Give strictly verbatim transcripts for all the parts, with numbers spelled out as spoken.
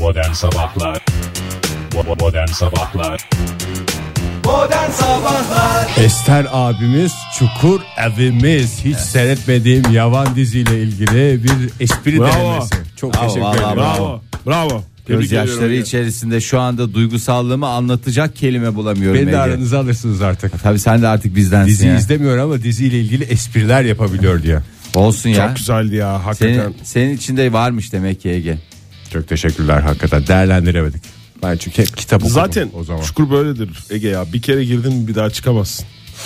Modern Sabahlar Modern Sabahlar Modern Sabahlar Ester abimiz Çukur Evimiz hiç seyretmediğim yavan diziyle ilgili bir espri Bravo. denemesi. Çok Bravo, teşekkür vallahi ederim. Bravo. Bravo. Tebrik Gözyaşları ediyorum. içerisinde şu anda duygusallığımı anlatacak kelime bulamıyorum. Beni de Ege. aranıza alırsınız artık. Tabii sen de artık bizdensin Dizi ya. izlemiyor ama diziyle ilgili espriler yapabiliyor diye. Olsun ya. Çok güzeldi ya hakikaten. Senin, senin içinde varmış demek ki Ege. Çok teşekkürler hakikaten değerlendiremedik. Ben çünkü hep kitap okudum Zaten o zaman. Çukur böyledir Ege ya. Bir kere girdin mi bir daha çıkamazsın.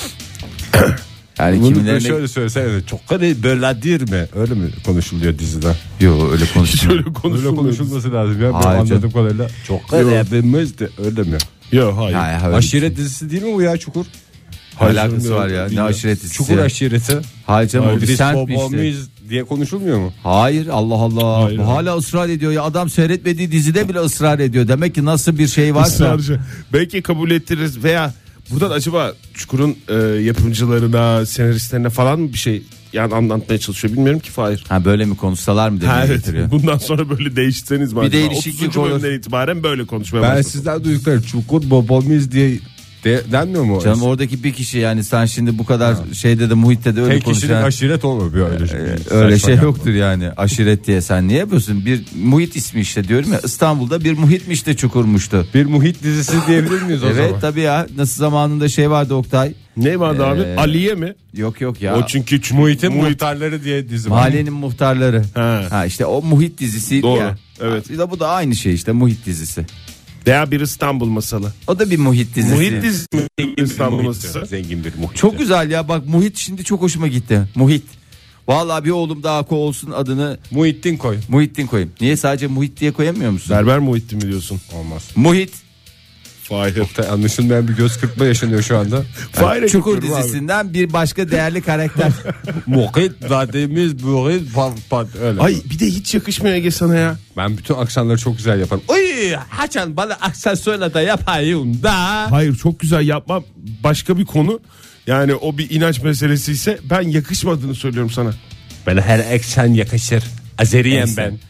Yani Bunu da kimilerine... şöyle söylesene çok hani böyledir mi? Öyle mi konuşuluyor dizide? Yok öyle Hiç konuşmuyor. öyle Öyle konuşulmaz. konuşulması lazım ya. Ben Hayır anladığım kadarıyla. Çok evimiz de öyle mi? Yok hayır. Ha, öyle Aşiret dizisi değil mi bu ya Çukur? Hayır, alakası canım, var ya. Ne bilmiyorum. aşiret dizisi. Çukur aşireti. Hayır canım o bir Biz semt işte. babamız diye konuşulmuyor mu? Hayır Allah Allah. Hayır, Bu hala ısrar ediyor ya. Adam seyretmediği dizide bile ısrar ediyor. Demek ki nasıl bir şey varsa. Israrcı. Belki kabul ettiririz veya buradan acaba Çukur'un e, yapımcılarına, senaristlerine falan mı bir şey yani anlatmaya çalışıyor bilmiyorum ki Fahir. Ha böyle mi konuşsalar mı demeye Ha, evet. getiriyor. Bundan sonra böyle değişseniz mi Bir acaba? değişiklik otuzuncu olur. bölümden itibaren böyle konuşmaya Ben başladım. sizden duyduklarım Çukur babamız diye de, denmiyor mu? Canım oradaki bir kişi yani sen şimdi bu kadar şeyde de muhitte de öyle Tek kişilik konuşan. aşiret olmuyor öyle şey. Ee, öyle Saçma şey yani. yoktur yani aşiret diye sen niye yapıyorsun bir muhit ismi işte diyorum ya İstanbul'da bir muhitmiş de Çukur'muştu. Bir muhit dizisi diyebilir miyiz o Evet zaman? tabii ya nasıl zamanında şey vardı Oktay. Ne vardı Ee, abi? Aliye mi? Yok yok ya. O çünkü çünkü Muhit'in muhit. muhtarları diye dizi var. Mahallenin muhtarları. Ha. Ha işte o muhit dizisiydi Doğru, ya. evet. Ha, bir de bu da aynı şey işte muhit dizisi. Veya bir İstanbul masalı. O da bir muhit dizisi. Muhit dizisi mi? İstanbul Muhit, masalı. zengin bir muhit. Çok güzel ya bak muhit şimdi çok hoşuma gitti. Muhit. Vallahi bir oğlum daha ko olsun adını Muhittin koy. Muhittin koyayım. Niye sadece muhit diye koyamıyor musun? Berber Muhittin mi diyorsun? Olmaz. Muhit. Fahir. Oktay, anlaşılmayan bir göz kırpma yaşanıyor şu anda. Fahir'e Çukur gidiyorum abi. dizisinden bir başka değerli karakter. Muhit zademiz muhit pat pat öyle. Ay bir de hiç yakışmıyor Ege sana ya. Ben bütün aksanları çok güzel yaparım. Oy Haçan bana aksan söyle de yapayım da. Hayır çok güzel yapmam başka bir konu. Yani o bir inanç meselesi ise ben yakışmadığını söylüyorum sana. Bana her aksan yakışır. Azeriyem Neyse. ben.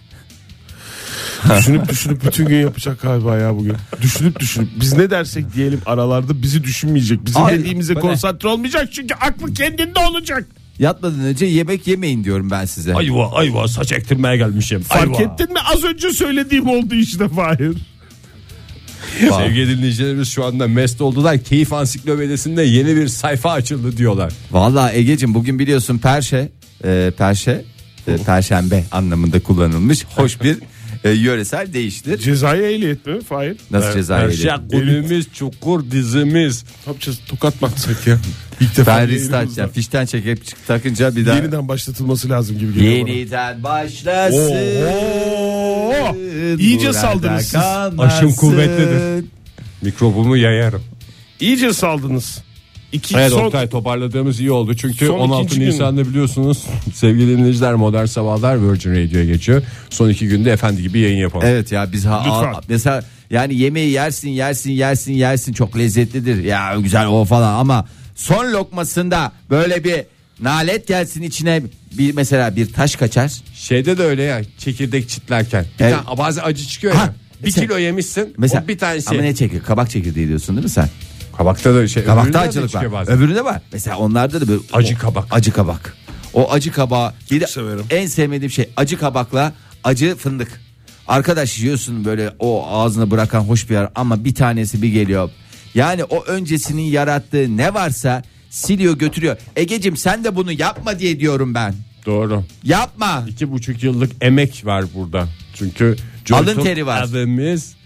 Düşünüp düşünüp bütün gün yapacak galiba ya bugün. Düşünüp düşünüp biz ne dersek diyelim aralarda bizi düşünmeyecek. Bizim Ay, dediğimize bu ne? konsantre olmayacak çünkü aklı kendinde olacak. Yatmadan önce yemek yemeyin diyorum ben size. Ayva ayva saç ektirmeye gelmişim. Fark Ayva. ettin mi az önce söylediğim oldu işte Fahir. Sevgili dinleyicilerimiz şu anda mest oldular. Keyif Ansiklopedisi'nde yeni bir sayfa açıldı diyorlar. Vallahi Egeciğim bugün biliyorsun Perşe, e, Perşe, e, Perşembe anlamında kullanılmış hoş bir e, yöresel deyiştir. Cezai ehliyet mi Fahir? Nasıl cezayı? Erşak kulümüz çukur dizimiz. Ne yapacağız tokat mı atsak ya? İlk defa Ben yayınımızda. restart ya fişten çekip çık- takınca bir daha. Yeniden başlatılması lazım gibi geliyor bana. Yeniden başlasın. Oo, iyice burada saldınız siz. kalmasın. Aşım kuvvetlidir. Mikrobumu yayarım. İyice saldınız. İki, Evet son, Oktay toparladığımız iyi oldu. Çünkü son on altı ikinci gün. Nisan'da biliyorsunuz sevgili dinleyiciler Modern Sabahlar Virgin Radio'ya geçiyor. Son iki günde efendi gibi yayın yapalım. Evet ya biz ha, Lütfen. a- mesela yani yemeği yersin yersin yersin yersin çok lezzetlidir ya güzel o falan ama son lokmasında böyle bir nalet gelsin içine bir mesela bir taş kaçar. Şeyde de öyle ya çekirdek çitlerken. Bir Evet. tane bazen acı çıkıyor Ha, ya. Bir mesela- kilo yemişsin. Mesela o bir tanesi. ama ne çekir kabak çekirdeği diyorsun değil mi sen? Kabakta da şey. Kabakta öbüründe de acılık var. çıkıyor bazen. Öbüründe var. Mesela onlarda da böyle Acı o- kabak. Acı kabak. O acı kabağı bir de severim. en sevmediğim şey acı kabakla acı fındık. Arkadaş yiyorsun böyle o ağzına bırakan hoş bir yer ama bir tanesi bir geliyor. Yani o öncesinin yarattığı ne varsa siliyor götürüyor. Egecim sen de bunu yapma diye diyorum ben. Doğru. Yapma. İki buçuk yıllık emek var burada. Çünkü Alın teri var. Adımız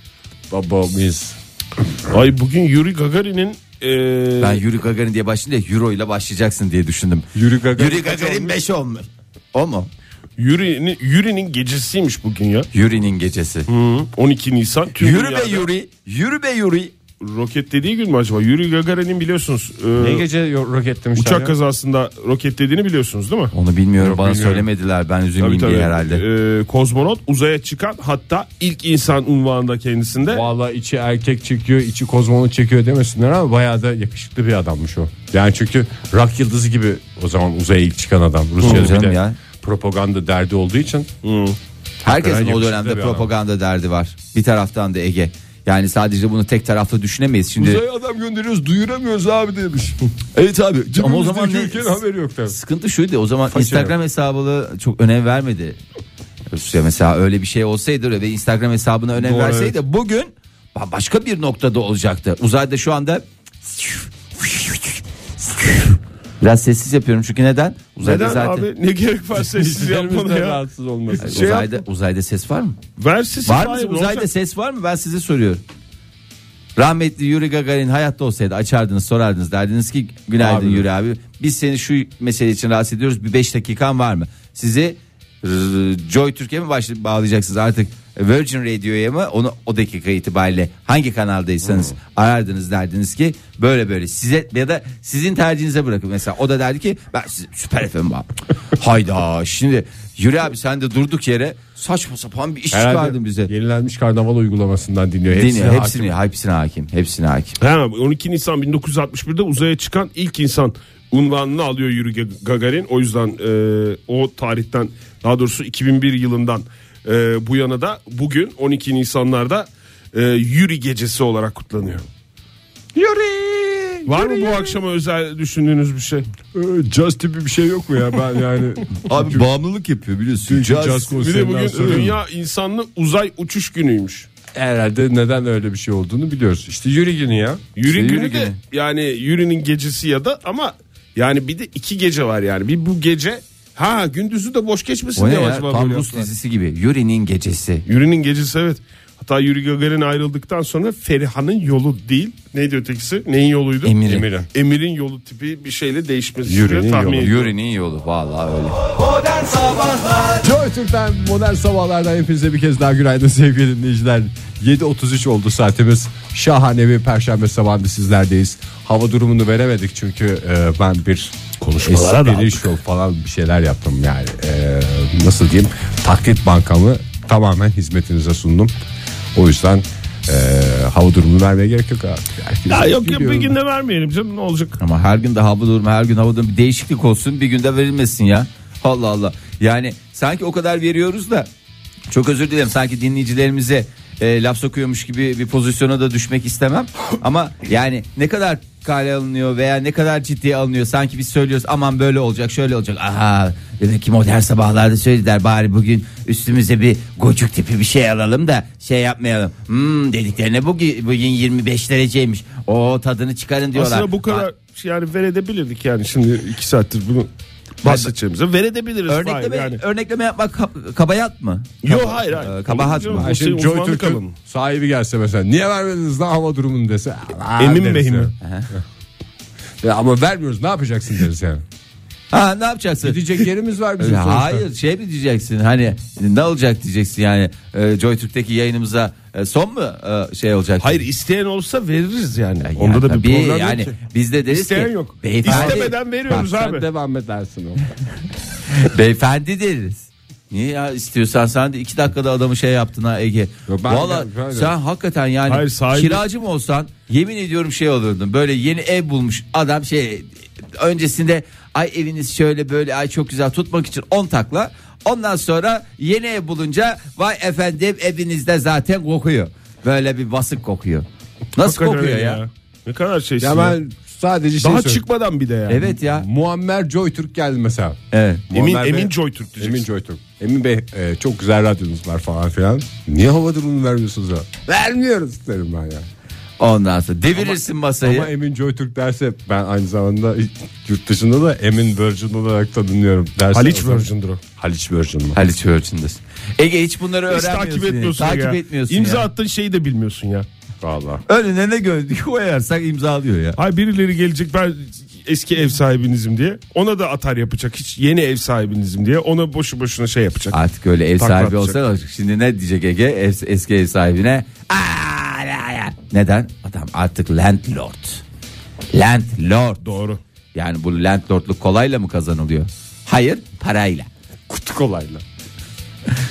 babamız. Ay bugün Yuri Gagarin'in e, Ben Yuri Gagarin diye başlayınca Euro ile başlayacaksın diye düşündüm. Yuri Gagarin Yuri Gagarin beş olmuş. O mu? Yuri'nin Yuri'nin gecesiymiş bugün ya. Yuri'nin gecesi. Hı, on iki Nisan. Tüm Yürü be dünyada Yuri. Yürü be Yuri. roketlediği gün mü acaba? Yuri Gagarin'in biliyorsunuz e, Ne gece yo- roketlemişler uçak ya? kazasında roketlediğini biliyorsunuz değil mi? Onu bilmiyorum Yok, bana bilmiyorum. söylemediler ben Tabii üzülmeyeyim tabii. diye herhalde. E, kozmonot uzaya çıkan hatta ilk insan unvanında kendisinde. Vallahi içi erkek çekiyor, içi kozmonot çekiyor demesinler ama bayağı da yakışıklı bir adammış o. Yani çünkü rock yıldızı gibi o zaman uzaya ilk çıkan adam. Rusya'da bir canım de ya. propaganda derdi olduğu için. Hı. Herkesin o yakışıklı dönemde bir adam. propaganda derdi var. Bir taraftan da Ege. Yani sadece bunu tek taraflı düşünemeyiz. Şimdi Uzaya adam gönderiyoruz, duyuramıyoruz abi demiş. evet abi. Ama o zaman Cebimizdeki ne, ülkenin haberi yok tabii. sıkıntı şuydu. O zaman Faşa Instagram hesabı çok önem vermedi. Rusya mesela öyle bir şey olsaydı ve Instagram hesabına önem Doğru, verseydi evet. bugün başka bir noktada olacaktı. Uzayda şu anda biraz sessiz yapıyorum çünkü neden? Uzayda Neden zaten abi? Ne gerek var sessiz yapmana ya? rahatsız olmasın. Şey uzayda uzayda ses var mı? Ver sesi. Var mı? hayır, Uzayda olacak. ses var mı? Ben size soruyorum. Rahmetli Yuri Gagarin hayatta olsaydı açardınız, sorardınız, derdiniz ki günaydın Abi. Yuri abi. Biz seni şu mesele için rahatsız ediyoruz. Bir beş dakikan var mı? Sizi r- Joy Türkiye mi başlayıp bağlayacaksınız artık? Virgin Radio'ya mı? Onu o dakika itibariyle hangi kanaldaysanız Hmm. arardınız, derdiniz ki böyle böyle size ya da sizin tercihinize bırakın. Mesela o da derdi ki ben size Süper F M abi. Hayda şimdi Yuri abi sen de durduk yere saçma sapan bir iş çıkardın bize. Yenilenmiş karnaval uygulamasından dinliyor. Hepsine Dinliyor, hakim. hepsini, hepsine hakim, hepsine hakim. Ha, on iki Nisan bin dokuz yüz altmış birde uzaya çıkan ilk insan unvanını alıyor Yuri Gagarin. O yüzden e, o tarihten, daha doğrusu iki bin bir yılından e, bu yana da bugün on iki Nisanlarda e, Yuri gecesi olarak kutlanıyor. Yuri! Var mı bu akşama özel düşündüğünüz bir şey? Ee, Jazz tipi bir şey yok mu ya ben yani. Abi bağımlılık yapıyor biliyorsun. Dünkü Caz- caz Bir de konserinden bugün sonra Dünya İnsanlı Uzay Uçuş Günü'ymüş. herhalde neden öyle bir şey olduğunu biliyoruz. İşte Yuri günü ya. Yuri İşte günü Yuri de günü. yani Yuri'nin gecesi ya da ama yani bir de iki gece var yani. Bir bu gece ha gündüzü de boş geçmesin O ne diye ya? acaba Tam böyle Rus yaptılar. dizisi gibi. Yuri'nin gecesi. Yuri'nin gecesi evet. Hatta Yuri Gagarin ayrıldıktan sonra Feriha'nın yolu değil. Neydi ötekisi? Neyin yoluydu? Emir'in. Emir'in. Emir'in yolu tipi bir şeyle değişmesi. Yuri'nin tahmin yolu. ediyorum. Yuri'nin yolu. Vallahi öyle. Modern Sabahlar Joy Türk'ten modern sabahlardan hepinize bir kez daha günaydın sevgili dinleyiciler. yedi otuz üç oldu saatimiz. Şahane bir perşembe sabahında sizlerdeyiz. Hava durumunu veremedik çünkü e, ben bir Konuşmalara espri show falan bir şeyler yaptım yani. E, nasıl diyeyim? Taklit bankamı tamamen hizmetinize sundum. O yüzden e, hava durumunu vermeye gerek yok abi. Herkes Ya yok ya biliyor. bir günde vermeyelim canım ne olacak? Ama her gün de hava durumu, her gün hava durumu bir değişiklik olsun. Bir günde verilmesin ya. Allah Allah. Yani sanki o kadar veriyoruz da çok özür dilerim. Sanki dinleyicilerimize e, laf sokuyormuş gibi bir pozisyona da düşmek istemem. Ama yani ne kadar kale alınıyor veya ne kadar ciddiye alınıyor. Sanki biz söylüyoruz aman böyle olacak şöyle olacak. Aha demek ki modern sabahlarda söylediler bari bugün üstümüze bir gocuk tipi bir şey alalım da şey yapmayalım. Hmm dediklerine bugün, bugün yirmi beş dereceymiş. O tadını çıkarın diyorlar. Aslında bu kadar yani verebilirdik yani şimdi iki saattir bunu bahsedeceğimize verebiliriz. Örnekleme, yani. örnekleme yapmak kab- kabayat mı? Yok Kaba- hayır hayır. e, Kabahat Canım, mı? bu Yani şimdi şey Joy uzmanlık Türk'ün alanı. sahibi gelse mesela niye vermediniz lan hava durumunu dese. "Aa," Emin deriz Bey yani. mi? Ya ama vermiyoruz ne yapacaksın deriz yani. Ha ne yapacaksın? Gidecek yerimiz var bizim sonuçta. Hayır şey mi diyeceksin hani ne olacak diyeceksin yani e, Joy Türk'teki yayınımıza e, son mu e, şey olacak? Hayır isteyen olsa veririz yani. Ya Onda da bir tabii, problem yani yok ki. biz de deriz İsteyen ki yok. beyefendi, İstemeden veriyoruz Bak, abi. sen devam edersin o. beyefendi deriz. Niye ya istiyorsan sen de iki dakikada adamı şey yaptın ha Ege. Yok, ben- Valla ben- ben- sen hakikaten yani Hayır, sahibi- kiracı mı olsan yemin ediyorum şey olurdun. Böyle yeni ev bulmuş adam şey öncesinde ay eviniz şöyle böyle ay çok güzel tutmak için on takla. Ondan sonra yeni ev bulunca vay efendim evinizde zaten kokuyor. Böyle bir basık kokuyor. Nasıl Hakikaten kokuyor öyle ya? Ne kadar şeysin Ya ya. ben sadece şey Daha söyleyeyim. çıkmadan bir de yani. Evet ya. Muammer Joytürk geldi mesela. Evet. Emin, Muammer Emin Bey- Joytürk diyeceksin. Emin Joytürk. Emin Bey e, çok güzel radyonuz var falan filan. Niye hava durumunu vermiyorsunuz ya? Vermiyoruz derim ben ya. Ondan sonra devirirsin masayı. Ama Emin Joytürk derse ben aynı zamanda yurt dışında da Emin Virgin olarak tanınıyorum. Derse Haliç o zaman- Virgin'dir o. Haliç Virgin mı? Haliç Virgin'desin. Ege hiç bunları Hiç öğrenmiyorsun. takip yani. etmiyorsun. Takip ya. etmiyorsun İmza ya. attığın şeyi de bilmiyorsun ya. Valla. Önüne ne gö- koyarsak imzalıyor ya. Hay birileri gelecek ben eski ev sahibinizim diye. Ona da atar yapacak. Hiç yeni ev sahibinizim diye. Ona boşu boşuna şey yapacak. Artık öyle ev Takla sahibi atacak. olsa şimdi ne diyecek Ege ev, eski ev sahibine? Aa, ya, ya. Neden? Adam artık landlord. Landlord. Doğru. Yani bu landlordluk kolayla mı kazanılıyor? Hayır parayla. Kutu kolayla.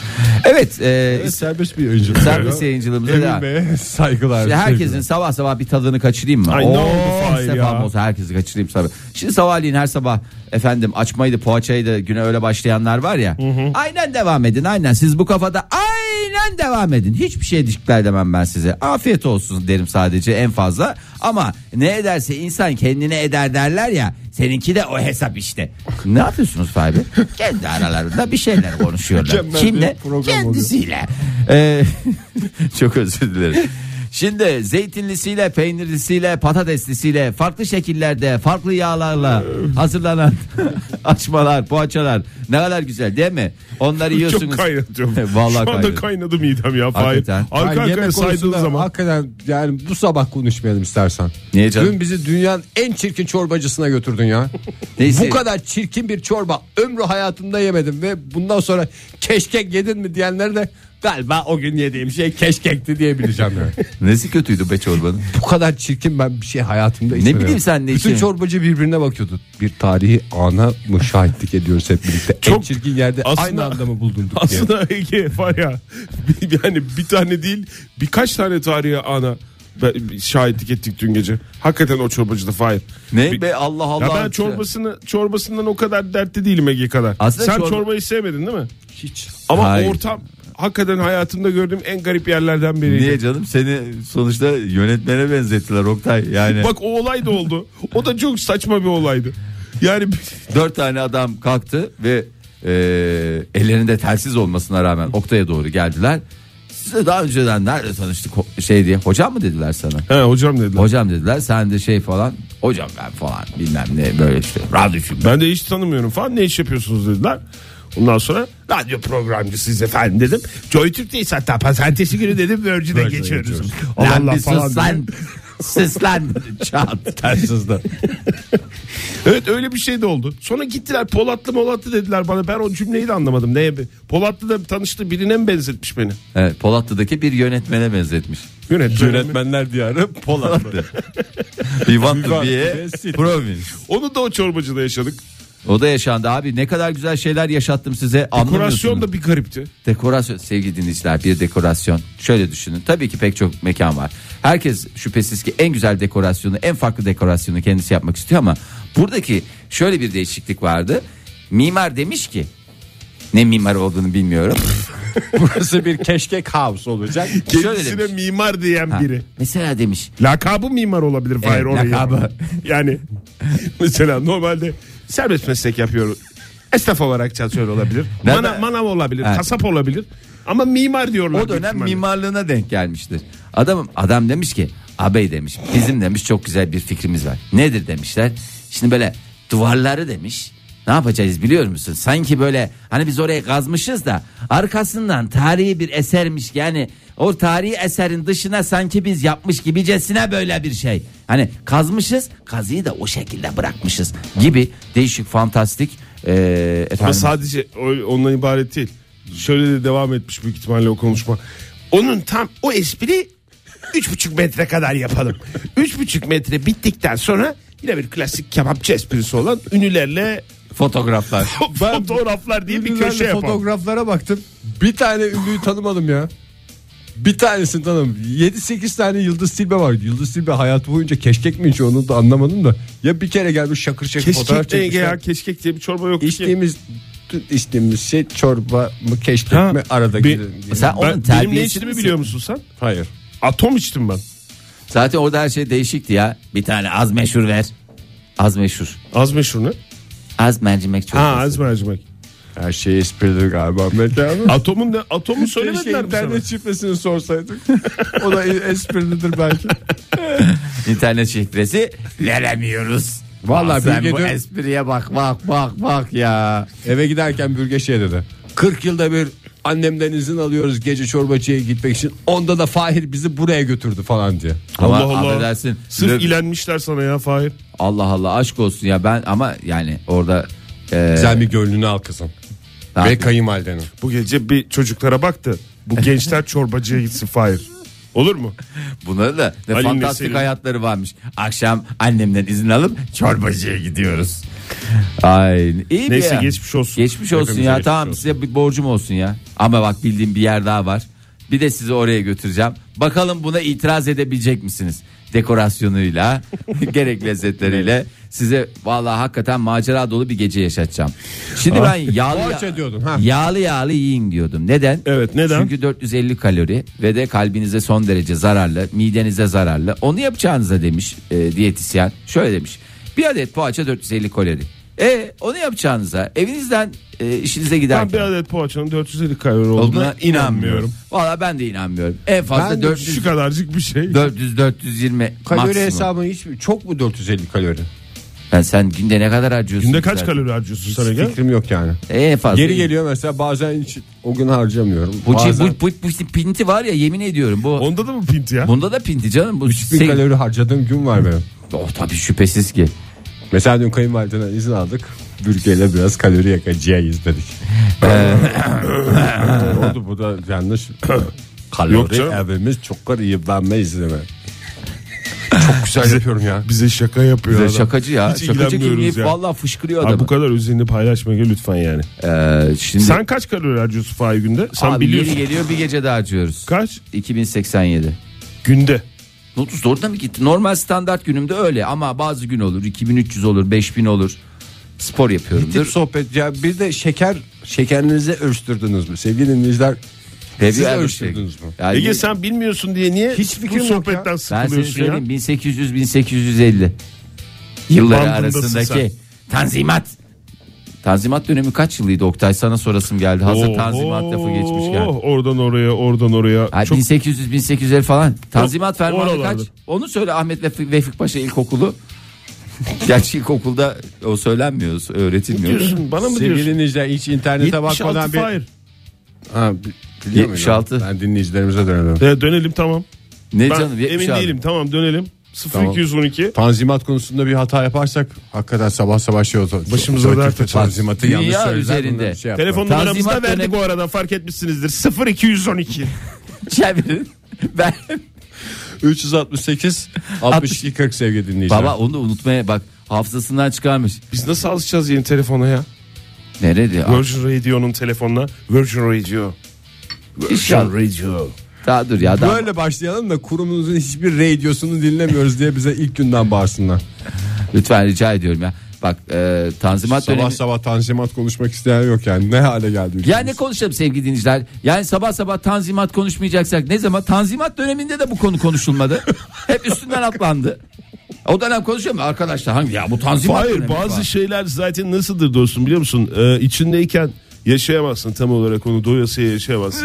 Evet, e, Evet, serbest bir yayıncılık. serbest yayıncılığımıza Emin devam. Bey'e saygılar. Şimdi herkesin sevgiler. sabah sabah bir tadını kaçırayım mı? Ay, ne Oo, oldu Fahir sefam ya? olsa herkesi kaçırayım sabah. Şimdi sabahleyin her sabah efendim açmaydı, poğaçaydı, güne öyle başlayanlar var ya. Hı hı. Aynen devam edin, aynen. Siz bu kafada aynen devam edin. Hiçbir şey dikler demem ben size. Afiyet olsun derim sadece en fazla. Ama ne ederse insan kendine eder derler ya. Seninki de o hesap işte. Ne yapıyorsunuz Fahri? Kendi aralarında bir şeyler konuşuyorlar. Mükemmel Kimle? bir program Kendisiyle. Ee, çok özür dilerim. Şimdi zeytinlisiyle, peynirlisiyle, patateslisiyle, farklı şekillerde, farklı yağlarla hazırlanan açmalar, poğaçalar ne kadar güzel değil mi? Onları yiyorsunuz. Çok kaynatıyorum. Vallahi Şu anda kaynadım. kaynadı midem ya. Fahir. Hakikaten. Arka Yani arkaya yemek saydığın konusunda zaman. hakikaten yani bu sabah konuşmayalım istersen. Niye canım? Dün bizi dünyanın en çirkin çorbacısına götürdün ya. Neyse. Bu kadar çirkin bir çorba ömrü hayatımda yemedim ve bundan sonra keşkek yedin mi diyenler de galiba o gün yediğim şey keşkekti diyebileceğim yani. Nesi kötüydü be çorbanın? Bu kadar çirkin ben bir şey hayatımda içmedim. bileyim sen ne Bütün içiyorsun? çorbacı birbirine bakıyordu. Bir tarihi ana mı şahitlik ediyoruz hep birlikte. en Çok- çirkin yerde aslında- aynı anda mı bulunduk diye. Aslında Ege var ya, yani bir tane değil birkaç tane tarihe ana ben- şahitlik ettik dün gece. Hakikaten o çorbacıda Fahir. Ne Bir- be Allah Allah. Ya ben çorbasını çorbasından o kadar dertli değilim Ege kadar. Aslında Sen çorba- çorbayı sevmedin değil mi? Hiç. Ama Hayır. ortam hakikaten hayatımda gördüğüm en garip yerlerden biriydi. Niye canım, seni sonuçta yönetmene benzettiler Oktay yani. Bak o olay da oldu. O da çok saçma bir olaydı. Yani Dört tane adam kalktı ve e, ellerinde telsiz olmasına rağmen Oktay'a doğru geldiler. Size daha önceden nerede tanıştık Ho- şey diye, hocam mı dediler sana? he hocam dediler. Hocam dediler, sen de şey falan, hocam ben falan bilmem ne böyle işte radyo Ben de hiç tanımıyorum falan, ne iş yapıyorsunuz dediler. Ondan sonra radyo programcısıyız efendim dedim. Joy Türk'teyiz hatta pazartesi günü dedim Virgin'e geçiyoruz. Allah Lan Allah bir falan sus lan. dedim. Sus lan. Çat. Telsizde. Evet öyle bir şey de oldu. Sonra gittiler Polatlı Molatlı dediler bana. Ben o cümleyi de anlamadım. Neye? Polatlı da tanıştı, birine mi benzetmiş beni? Evet, Polatlı'daki bir yönetmene benzetmiş. Yönetmen. Yönetmenler diyarı Polatlı. We want to want be to be a a city. province. Onu da o çorbacıda yaşadık. O da yaşandı abi, ne kadar güzel şeyler yaşattım size, anlamıyorsunuz. Dekorasyon da bir garipti. Dekorasyon, sevgili dinleyiciler, bir dekorasyon şöyle düşünün, tabii ki pek çok mekan var, herkes şüphesiz ki en güzel dekorasyonu, en farklı dekorasyonu kendisi yapmak istiyor ama buradaki şöyle bir değişiklik vardı. Mimar demiş ki, ne mimar olduğunu bilmiyorum. Burası bir keşkek house olacak. Şöyle Kendisine demiş. mimar diyen Ha, biri. mesela demiş, Lakabı mimar olabilir. Fahir Evet, orayı. lakabı. Yani mesela normalde serbest meslek yapıyor. Esnaf olarak çalışıyor olabilir. Nerede? Mana, manav olabilir. Evet. Kasap olabilir. Ama mimar diyorlar. o dönem büyük ihtimalle. mimarlığına denk gelmiştir. Adam adam demiş ki, ağabey demiş, bizim demiş çok güzel bir fikrimiz var. Nedir demişler. Şimdi böyle duvarları demiş, ne yapacağız biliyor musun? Sanki böyle hani biz oraya kazmışız da arkasından tarihi bir esermiş, yani o tarihi eserin dışına sanki biz yapmış gibicesine böyle bir şey. Hani kazmışız, kazıyı da o şekilde bırakmışız gibi değişik, fantastik e, Ama efendim. sadece o- ondan ibaret değil. Şöyle de devam etmiş büyük ihtimalle o konuşma. Onun tam o espri üç buçuk metre kadar yapalım. Üç buçuk metre bittikten sonra yine bir klasik kebapçı esprisi olan ünlülerle Fotoğraflar. fotoğraflar diye bir Ünlülerle köşe yapalım. fotoğraflara baktım. Bir tane ünlüyü tanımadım ya. Bir tanesini tanıdım. yedi sekiz tane Yıldız Tilbe var. Yıldız Tilbe hayatı boyunca keşkek mi içiyor onu da anlamadım da. Ya bir kere gelmiş şakır şakır fotoğraf Keşkek ne Ege ya? çekmişler. Keşkek diye bir çorba yok. İçtiğimiz içtiğimiz şey çorba mı keşkek Ha, mi arada bir- gidelim. Sen Ben, onun benim ne terbiyesini içtiğimi misin? biliyor musun sen? Hayır. Atom içtim ben. Zaten orada her şey değişikti ya. Bir tane az meşhur ver. Az meşhur. Az meşhur ne? Az mercimek çorbası. Ha az mercimek. Her şey espridir galiba mekanı. Atomun ne? Atomu Keşke söylemediler mi sana? internet şifresini sorsaydık. O da esprilidir belki. İnternet şifresi veremiyoruz. Vallahi Aa, sen Bilge bu dün- espriye bak bak bak bak ya. Eve giderken Bürge şey dedi. kırk yılda bir annemden izin alıyoruz gece çorbacıya gitmek için. Onda da Fahir bizi buraya götürdü falan diye. Ama Allah Allah. affedersin. Sırf Löp- ilenmişler sana ya Fahir. Allah Allah, aşk olsun ya, ben ama yani orada e, Güzel bir gönlünü al kızım. ne Ve yapayım? kayınvalidenin. Bu gece bir çocuklara baktı. Bu gençler çorbacıya gitsin Fahir. Olur mu? bunların da ne Ali fantastik Nesel'in- hayatları varmış. Akşam annemden izin alıp çorbacıya gidiyoruz. Ay, iyi Neyse ya. geçmiş olsun. Geçmiş olsun Hepimize ya geçmiş tamam olsun. size bir borcum olsun ya. Ama bak bildiğim bir yer daha var. Bir de sizi oraya götüreceğim. Bakalım buna itiraz edebilecek misiniz? Dekorasyonuyla, gerek lezzetleriyle size vallahi hakikaten macera dolu bir gece yaşatacağım. Şimdi ben yağlı Poğaça diyordun, ha. yağlı yağlı yiyin diyordum. Neden? Evet, neden? Çünkü dört yüz elli kalori ve de kalbinize son derece zararlı, midenize zararlı. Onu yapacağınıza demiş e, diyetisyen. Şöyle demiş. Bir adet poğaça dört yüz elli kalori. E onu yapacağınıza evinizden e, işinize Ben giderken. bir adet poğaçanın dört yüz elli kalori olduğuna Olduğuna inanmıyorum. Valla ben de inanmıyorum. En fazla Ben de dört yüz Şu kadarcık bir şey. dört yüz dört yüz yirmi Kalori maksimum. hesabı hiç çok mu dört yüz elli kalori? Yani sen günde ne kadar harcıyorsun? Günde kaç zaten? kalori harcıyorsun sana Hiç gel? fikrim yok yani. En fazla. Geri geliyor mesela, bazen hiç o gün harcamıyorum. Bu, Bazen bu, bu, bu pinti var ya yemin ediyorum bu. Onda da mı pint ya? Bunda da pinti canım. Bu üç bin se- kalori harcadığım gün var benim. Oh tabii şüphesiz ki. Mesela dün kayınvalideden izin aldık. Bürgeyle biraz kalori yakacağız dedik. Oldu bu da yanlış. Kalori Yok canım. evimiz çok iyi, benmeyiz deme. Çok güzel yapıyorum ya. Bize şaka yapıyor Bize adam. şakacı ya. Hiç Şakacı ilgilenmiyoruz kimliği ya. vallahi fışkırıyor Abi adamı. bu kadar özelini paylaşma gel lütfen yani. Ee, şimdi Sen kaç kalori harcıyorsun Fahir günde? Sen abi biliyorsun. yeri geliyor bir gecede harcıyoruz. Kaç? iki bin seksen yedi. Günde. Notus orada mı gitti? Normal standart günümde öyle ama bazı gün olur iki bin üç yüz olur beş bin olur. Spor Tip yapıyorumdur. sohbet ya, bir de şeker şekerinizi ölçtürdünüz mü sevgili dinleyiciler? Heavy Siz average. ölçtürdünüz mü? Yani Ege sen bilmiyorsun diye niye Hiç fikrim bu yok sohbetten ben seni sıkılıyorsun ya? söyleyeyim bin sekiz yüz bin sekiz yüz elli yılları Bandındasın arasındaki tanzimat. Tanzimat dönemi kaç yılıydı Oktay, sana sorasım geldi. Hazır Oo, tanzimat lafı geçmişken. Oradan oraya oradan oraya. Ha, Çok bin sekiz yüz bin sekiz yüz elli falan. Tanzimat fermanı kaç? oralardır. Onu söyle Ahmet Vefik, Vefik Paşa İlkokulu. Gerçi ilkokulda o söylenmiyor, öğretilmiyor. diyorsun bana mı Sevgili diyorsun? dinleyiciler hiç internete yetmiş altı bakmadan bir... Fahir. Ha, bi- biliyor yetmiş muydun? altı. Ben dinleyicilerimize dönelim. E, dönelim tamam. Ne Ben canım yetmiş emin abi. değilim tamam dönelim. sıfır Tamam. iki yüz on iki. Tanzimat konusunda bir hata yaparsak hakikaten sabah sabah şey oldu. Başımıza dert açar. Tanzimatı Dünya yanlış söylediler, üzerinde. bunları şey yapma. Telefon Tanzimat numaramızı da verdik dönemi- o arada fark etmişsinizdir. sıfır iki yüz on iki. Çevirin. Ben üç yüz altmış sekiz altmış iki kırk sevgili dinleyiciler. baba onu da unutmaya bak, hafızasından çıkarmış. Biz nasıl alışacağız yeni telefona ya? Nerede? Virgin Radio'nun telefonuna. Virgin Radio. Virgin İnşallah. Radio. Daha dur ya. Daha... Böyle başlayalım da kurumunuzun hiçbir radyosunu dinlemiyoruz diye bize ilk günden bağırsınlar. Lütfen rica ediyorum ya. Bak e, Tanzimat Sabah dönemi. sabah Tanzimat konuşmak isteyen yok yani. Ne hale geldi ülkemiz. Ya ne konuşalım sevgili dinleyiciler? Yani sabah sabah Tanzimat konuşmayacaksak ne zaman? Tanzimat döneminde de bu konu konuşulmadı. Hep üstünden atlandı. O dönem konuşuyor mu arkadaşlar? Hangi ya bu Tanzimat Hayır dönemi bazı falan. şeyler zaten nasıldır dostum biliyor musun? Ee, içindeyken yaşayamazsın tam olarak onu doyasıya yaşayamazsın.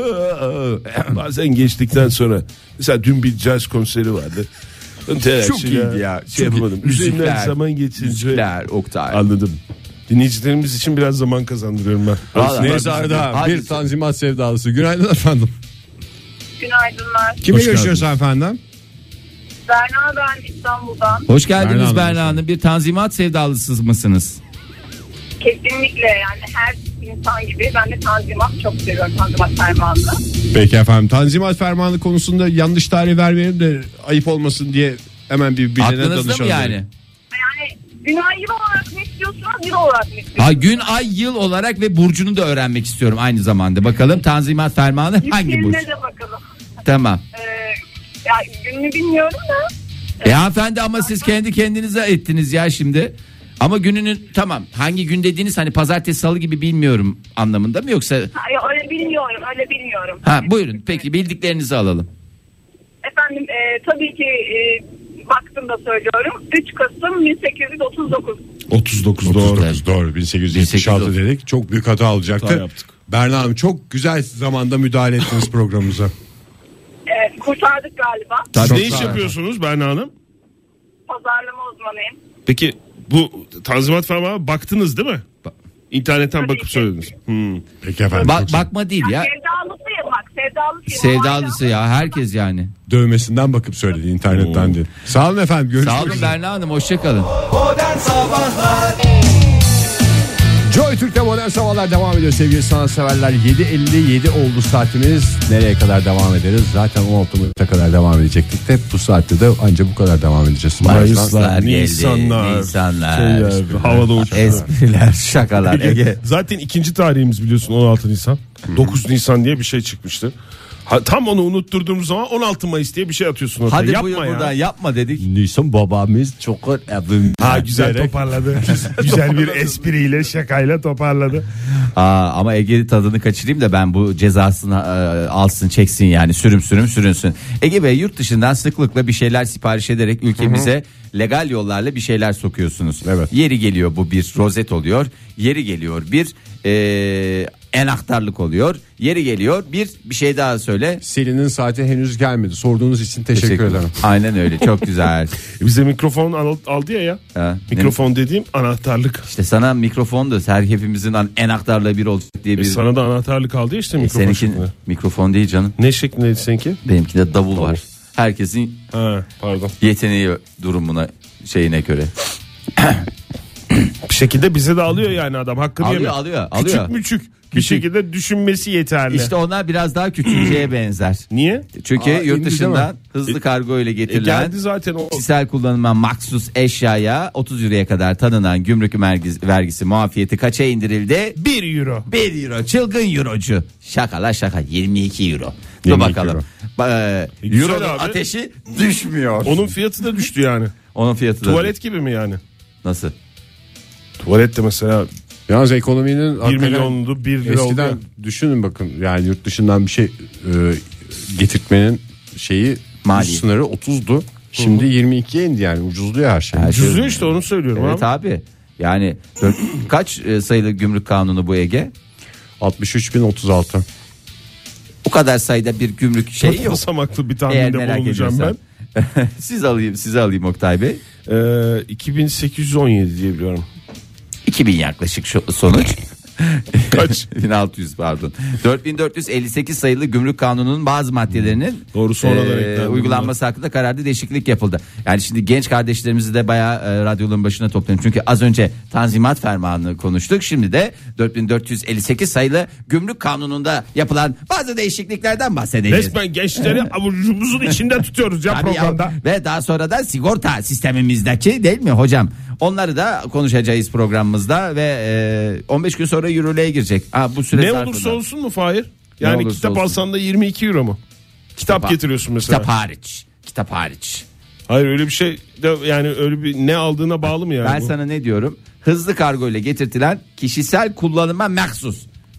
Bazen geçtikten sonra mesela dün bir jazz konseri vardı. Çok iyiydi ya, Şey çok yapamadım. iyi. Üzerinden Müzikler, zaman geçince Müzikler Oktay. anladım. Dinleyicilerimiz için biraz zaman kazandırıyorum ben. Vallahi. Neyse Arda, Hadi. bir Tanzimat sevdalısı. Günaydın efendim. Günaydınlar. Kime Hoş görüşüyoruz efendim? Berna ben İstanbul'dan. Hoş geldiniz Berna Hanım. Berna Hanım. Bir Tanzimat sevdalısı mısınız? Kesinlikle yani her insan gibi ben de Tanzimat çok seviyorum, Tanzimat fermanını. Peki efendim. Tanzimat fermanı konusunda yanlış tarih vermeyelim de ayıp olmasın diye hemen bir bilene Aklınızda mı danışalım. yani? Yani gün ay yıl olarak mı istiyorsunuz, yıl olarak mı istiyorsunuz? Ha, gün, ay, yıl olarak ve burcunu da öğrenmek istiyorum aynı zamanda. Bakalım Tanzimat fermanı hangi burç? Yükseline de bakalım. Tamam. Ee, ya gününü bilmiyorum da. E hanımefendi ama siz kendi kendinize ettiniz ya şimdi. Ama gününün tamam hangi gün dediğiniz hani pazartesi salı gibi bilmiyorum anlamında mı yoksa? Ha, ya öyle bilmiyorum, öyle bilmiyorum. Ha buyurun peki bildiklerinizi alalım. Efendim e, tabii ki e, baktım da söylüyorum. üç Kasım bin sekiz yüz otuz dokuz. otuz dokuz otuz doğru. dokuz doğru bin sekiz yüz yetmiş altı bin sekiz yüz dedik. Çok büyük hata olacaktı. Hata yaptık. Berna Hanım çok güzel zamanda müdahale ettiniz programımıza. Evet, kurtardık galiba. Siz Çok ne iş sağ olun. yapıyorsunuz Berna Hanım? Pazarlama uzmanıyım. Peki bu Tanzimat fermanı baktınız değil mi? İnternetten Tabii bakıp ki. söylediniz. Hmm. Peki efendim. Bak çok sağ olun. bakma değil ya. Sevdalısı ya bak, sevdalısı. Sevdalısı ya herkes yani. Dövmesinden bakıp söyledi internetten değil. Sağ olun efendim. Görüşmek Sağ olun üzere. Berna Hanım hoşçakalın. Modern Sabahlar Joy Türk'te modern sabahlar devam ediyor sevgili sanatseverler. yedi elli yedi oldu saatimiz. Nereye kadar devam ederiz? Zaten on altı Mayıs'a kadar devam edecektik de bu saatte de ancak bu kadar devam edeceğiz. Mayıslar geldi. Nisanlar, Nisanlar. şeyler, havada uçuşlar. Espriler, şakalar. Ege. Zaten ikinci tarihimiz biliyorsun on altı Nisan. dokuz Nisan diye bir şey çıkmıştı. Ha, tam onu unutturduğumuz zaman on altı Mayıs diye bir şey atıyorsun ortaya. Hadi yapma buyur ya. buradan yapma dedik. Nisan babamız çok evim. Ha güzel toparladı. Güzel bir espriyle şakayla toparladı. Aa, ama Ege tadını kaçırayım da ben bu cezasını e, alsın çeksin yani sürüm sürüm sürünsün. Ege Bey yurt dışından sıklıkla bir şeyler sipariş ederek ülkemize Hı-hı. legal yollarla bir şeyler sokuyorsunuz. Evet. Yeri geliyor bu bir rozet oluyor. Yeri geliyor bir e, enahtarlık oluyor. Yeri geliyor bir bir şey daha söyle. Selin'in saati henüz gelmedi. Sorduğunuz için teşekkür, teşekkür ederim. Aynen öyle çok güzel. Bize mikrofon al, aldı ya ya. Ha, mikrofon ne? dediğim anahtarlık. İşte sana mikrofon da her hepimizin an, enahtarlığı bir olacak diye bir. E sana da anahtarlık aldı ya işte e mikrofon seninki şeklinde. Mikrofon değil canım. Ne şeklindeydi seninki? Benimki de davul var. Herkesin Ha, pardon. yeteneği durumuna şeyine göre. Bir şekilde bize de alıyor yani adam hakkını Alıyor, yeme. alıyor, Küçük alıyor. müçük bir Küçük. şekilde düşünmesi yeterli. İşte onlar biraz daha küçüleceğe benzer. Niye? Çünkü Aa, yurt indi dışından değil mi? hızlı kargo ile E, getirilen geldi zaten o. kişisel kullanıma maksus eşyaya otuz euroya kadar tanınan gümrük vergisi, vergisi muafiyeti kaça indirildi? bir euro. bir euro çılgın eurocu. Şaka la şaka yirmi iki euro. Dur yirmi iki bakalım. euro. Ba- E, güzel Euro'nun abi. ateşi düşmüyor. Onun fiyatı da düştü yani. Onun fiyatı da. Tuvalet gibi mi yani? Nasıl? Tuvalet de mesela Yalnız ekonominin bir milyondu bir lira eskiden oldu. düşünün bakın yani yurt dışından bir şey e, getirtmenin şeyi Mali. sınırı otuzdu. Şimdi yirmi ikiye indi yani ucuzluyor her şey. Her şey- Cüzüyor işte onu söylüyorum Evet abi. abi. Yani dört- kaç e, sayılı gümrük kanunu bu Ege? altmış üç bin otuz altı. O kadar sayıda bir gümrük şey yok. Basamaklı bir Eğer tahminde merak bulunacağım ben. ediyorsan. Siz alayım, size alayım Oktay Bey. Ee, iki bin sekiz yüz on yedi diye biliyorum. iki bin yaklaşık şu sonuç. Kaç? bin altı yüz pardon. dört bin dört yüz elli sekiz sayılı gümrük kanununun bazı maddelerinin Doğru, sonradan e, eklendi uygulanması hakkında kararda değişiklik yapıldı. Yani şimdi genç kardeşlerimizi de bayağı e, radyoların başına toplayalım. Çünkü az önce Tanzimat Fermanı'nı konuştuk. Şimdi de dört bin dört yüz elli sekiz sayılı gümrük kanununda yapılan bazı değişikliklerden bahsedeceğiz. Resmen gençleri avucumuzun içinde tutuyoruz ya Tabii ya. programda. Ve daha sonra da sigorta sistemimizdeki değil mi hocam? Onları da konuşacağız programımızda ve e, on beş gün sonra yürürlüğe girecek. Ha, bu süre Ne zarfında. olursa olsun mu Fahir? Yani olursa kitap olsun. alsan da yirmi iki euro mu? Kitap, Kitap- getiriyorsun mesela. Kitap hariç. Kitap hariç. Hayır öyle bir şey de yani öyle bir ne aldığına bağlı mı yani? Ben bu? sana ne diyorum? Hızlı kargo ile getirtilen kişisel kullanıma mahsus.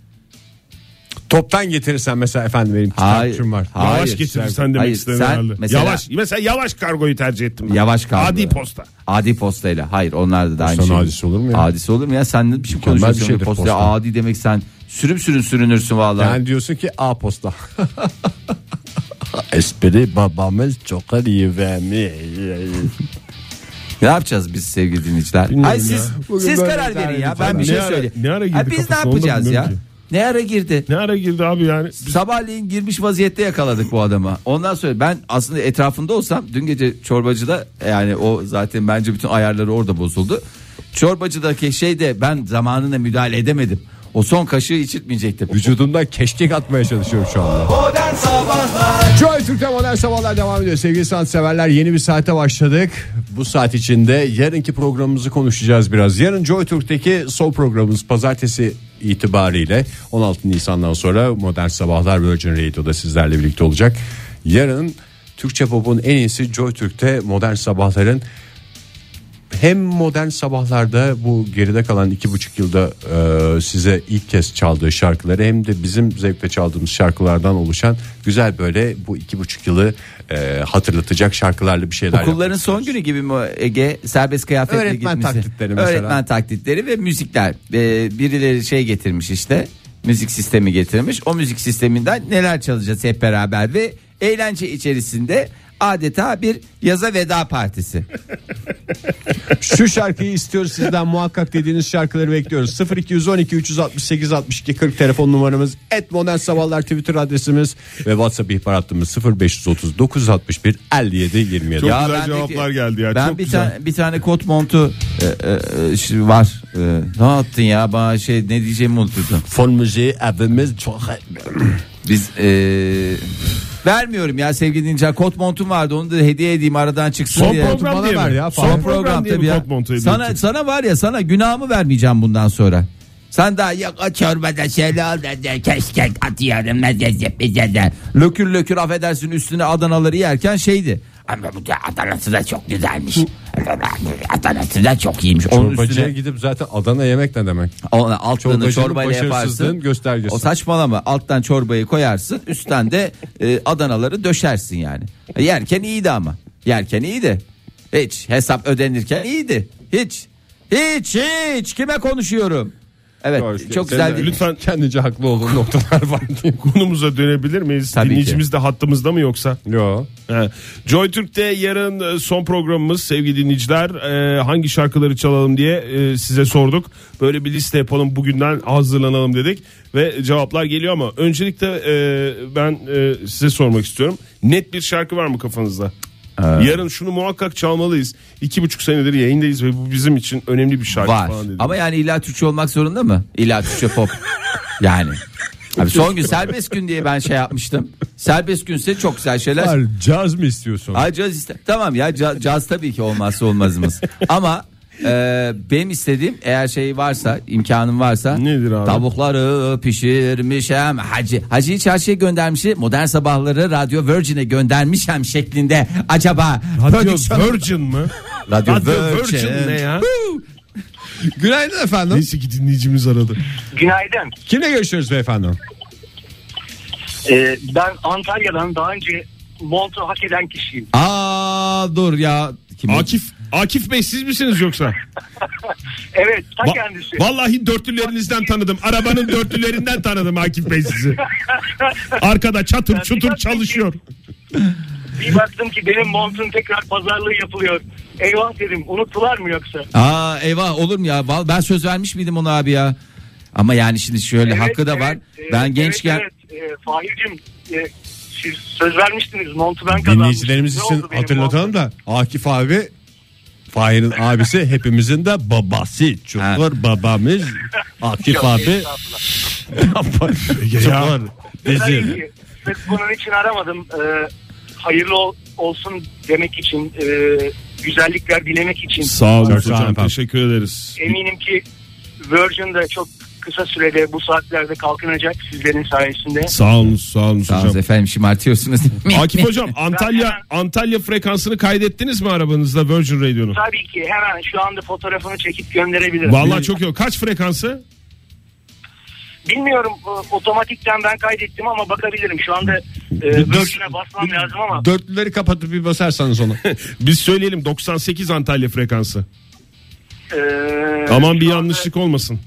Toptan getirirsen mesela efendim benim Hayır, kitapçım var. hayır. Yavaş getirirsen demek Hayır, istedin sen herhalde. mesela- Yavaş. Mesela yavaş kargoyu tercih ettim ben. Yavaş kargo. Adi posta. Adi postayla. Hayır onlar da aynı Postanın şey. adisi olur mu ya? Adisi olur mu ya? Sen ne biçim Mükemmel konuşuyorsun? bir şeydir Postaya posta. adi demek sen sürüm sürün sürünürsün vallahi. Yani diyorsun ki A posta. Espri babamız çok iyi ve mi? Ne yapacağız biz sevgili dinleyiciler? Bilmiyorum Ay ya. siz Bugün siz böyle karar idare verin ya. edeceğim. Ben bir Ne şey ara- söyleyeyim. ne ara girdi Ha, biz ne kafasına, onu da yapacağız ya? bilmiyorum ki. Ne ara girdi? Ne ara girdi abi yani? Biz- Sabahleyin girmiş vaziyette yakaladık bu adamı. Ondan sonra ben aslında etrafında olsam dün gece çorbacıda yani o zaten bence bütün ayarları orada bozuldu. Çorbacıdaki şeyde ben zamanında müdahale edemedim. O son kaşığı içirtmeyecektim. Vücudumdan keşkek atmaya çalışıyorum şu anda. Modern Sabahlar Joy Türk'te modern sabahlar devam ediyor. Sevgili sanatseverler yeni bir saate başladık. Bu saat içinde yarınki programımızı konuşacağız biraz. Yarın Joy Türk'teki son programımız pazartesi itibariyle on altı Nisan'dan sonra modern sabahlar Virgin Radio'da sizlerle birlikte olacak. Yarın Türkçe pop'un en iyisi Joy Türk'te modern sabahların hem modern sabahlarda bu geride kalan iki buçuk yılda e, size ilk kez çaldığı şarkıları hem de bizim zevkle çaldığımız şarkılardan oluşan güzel böyle bu iki buçuk yılı e, hatırlatacak şarkılarla bir şeyler Okulların yapmak son günü gibi mi Ege? Serbest kıyafetle Öğretmen gitmesi. taklitleri mesela. Öğretmen taklitleri ve müzikler. Ee, birileri şey getirmiş işte. Müzik sistemi getirmiş. O müzik sisteminden neler çalacağız hep beraber ve eğlence içerisinde Adeta bir yaza veda partisi. Şu şarkıyı istiyoruz sizden, muhakkak dediğiniz şarkıları bekliyoruz. sıfır iki on iki üç altı sekiz altmış iki kırk telefon numaramız, et modern sabahlar Twitter adresimiz ve WhatsApp ihbar hattımız sıfır beş otuz dokuz altmış bir elli yedi yirmi yedi. Çok Ya güzel ben cevaplar de- geldi ya. Ben çok bir güzel. tane bir tane kot montu e, e, e, şey var. E, ne yaptın ya? Bana şey ne diyeceğimi unuttum. Fon müziği evimiz çok... Biz e, vermiyorum ya sevgili dinleyiciler. Kot montum vardı, onu da hediye edeyim aradan çıksın Son diye. program bana diye ver mi? ya, Son Fahir. Son program diye tabii mi ya. kot montu hediye Sana edecek? sana var ya, sana günahımı vermeyeceğim bundan sonra. Sen daha yok o çorbada şöyle oldu de keşke atıyorum mezeze bize. Lökür lökür affedersin üstüne Adanaları yerken şeydi. Ama bu da Adana'sı da çok güzelmiş. Adana'sı da çok iyiymiş. Onun Çorbacıya üstüne gidip zaten Adana yemek ne demek? ona altlığını Çorbacının çorbayla yaparsın. başarısızlığın göstergesi. O saçmalama, alttan çorbayı koyarsın, üstten de e, Adanaları döşersin yani. E, yerken iyiydi ama. Yerken iyiydi. Hiç hesap ödenirken iyiydi. Hiç. Hiç hiç kime konuşuyorum? Evet, Doğru. çok Sen güzel de değil. Lütfen kendince haklı olduğun noktalar var diye. konumuza dönebilir miyiz? Tabii Dinleyicimiz de hattımızda mı yoksa? Yo. He. Joy Türk'te yarın e, son programımız sevgili dinleyiciler. E, hangi şarkıları çalalım diye e, size sorduk. Böyle bir liste yapalım, bugünden hazırlanalım dedik ve cevaplar geliyor ama öncelikle e, ben e, size sormak istiyorum. Net bir şarkı var mı kafanızda? Yarın şunu muhakkak çalmalıyız. İki buçuk senedir yayındayız ve bu bizim için önemli bir şarkı Var. falan dedim. Ama yani illa Türkçe olmak zorunda mı? İlla Türkçe pop. Yani. Abi son gün serbest gün diye ben şey yapmıştım. Serbest günse çok güzel şeyler. Var, caz mı istiyorsun? Ay caz iste. Tamam ya caz, caz tabii ki olmazsa olmazımız. Ama e, benim istediğim, eğer şey varsa, imkanım varsa, nedir abi? tavukları pişirmişem hacı. Hacı'yı çarşıya göndermişi, modern sabahları Radyo Virgin'e göndermişem şeklinde acaba. Radyo prodüksiyon- Virgin mı? Radyo, Radyo Virgin. Virgin ne ya? Günaydın efendim. Neyse ki dinleyicimiz aradı. Günaydın. Kimle görüşüyoruz beyefendi? Ee, ben Antalya'dan daha önce montu hak eden kişiyim. Aa dur ya. Kim? Akif Akif Bey siz misiniz yoksa? Evet, ta Va- kendisi. Vallahi dörtlülerinizden tanıdım. Arabanın dörtlülerinden tanıdım Akif Bey sizi. Arkada çatır çutur çalışıyor. Bir baktım ki benim montun tekrar pazarlığı yapılıyor. Eyvah dedim, unuttular mı yoksa? Aa eyvah, olur mu ya? Val- Ben söz vermiş miydim ona abi ya? Ama yani şimdi şöyle Evet, hakkı da evet, var. evet, Ben gençken Evet, evet. E, Fahir'cim e, siz söz vermiştiniz, montu ben kazanmıştım. Dinleyicilerimiz Ne için oldu benim hatırlatalım da Akif abi, Fahir'in abisi, hepimizin de babası. Çocuklar babamız Akif Yok, abi. estağfurullah. Çocuklar Tabii bizim. ki, sırf bunun için aramadım. E, hayırlı ol- olsun demek için, e, güzellikler dilemek için. Sağ olun Çok sağ olun hocam, efendim. teşekkür ederiz. Eminim ki Virgin de çok kısa sürede bu saatlerde kalkınacak sizlerin sayesinde. Sağ olun, sağ olun sağ olun hocam. efendim, şımartıyorsunuz. Akif hocam, Antalya Antalya frekansını kaydettiniz mi arabanızda, Virgin Radio'nun? Tabii ki hemen şu anda fotoğrafını çekip gönderebilirim. Vallahi çok iyi. Kaç frekansı? Bilmiyorum, o- otomatikten ben kaydettim ama bakabilirim. Şu anda e, Virgin'e basmam lazım ama. Dörtlüleri kapatıp bir basarsanız ona. Biz söyleyelim, doksan sekiz Antalya frekansı. E, Aman bir şu anda- yanlışlık olmasın.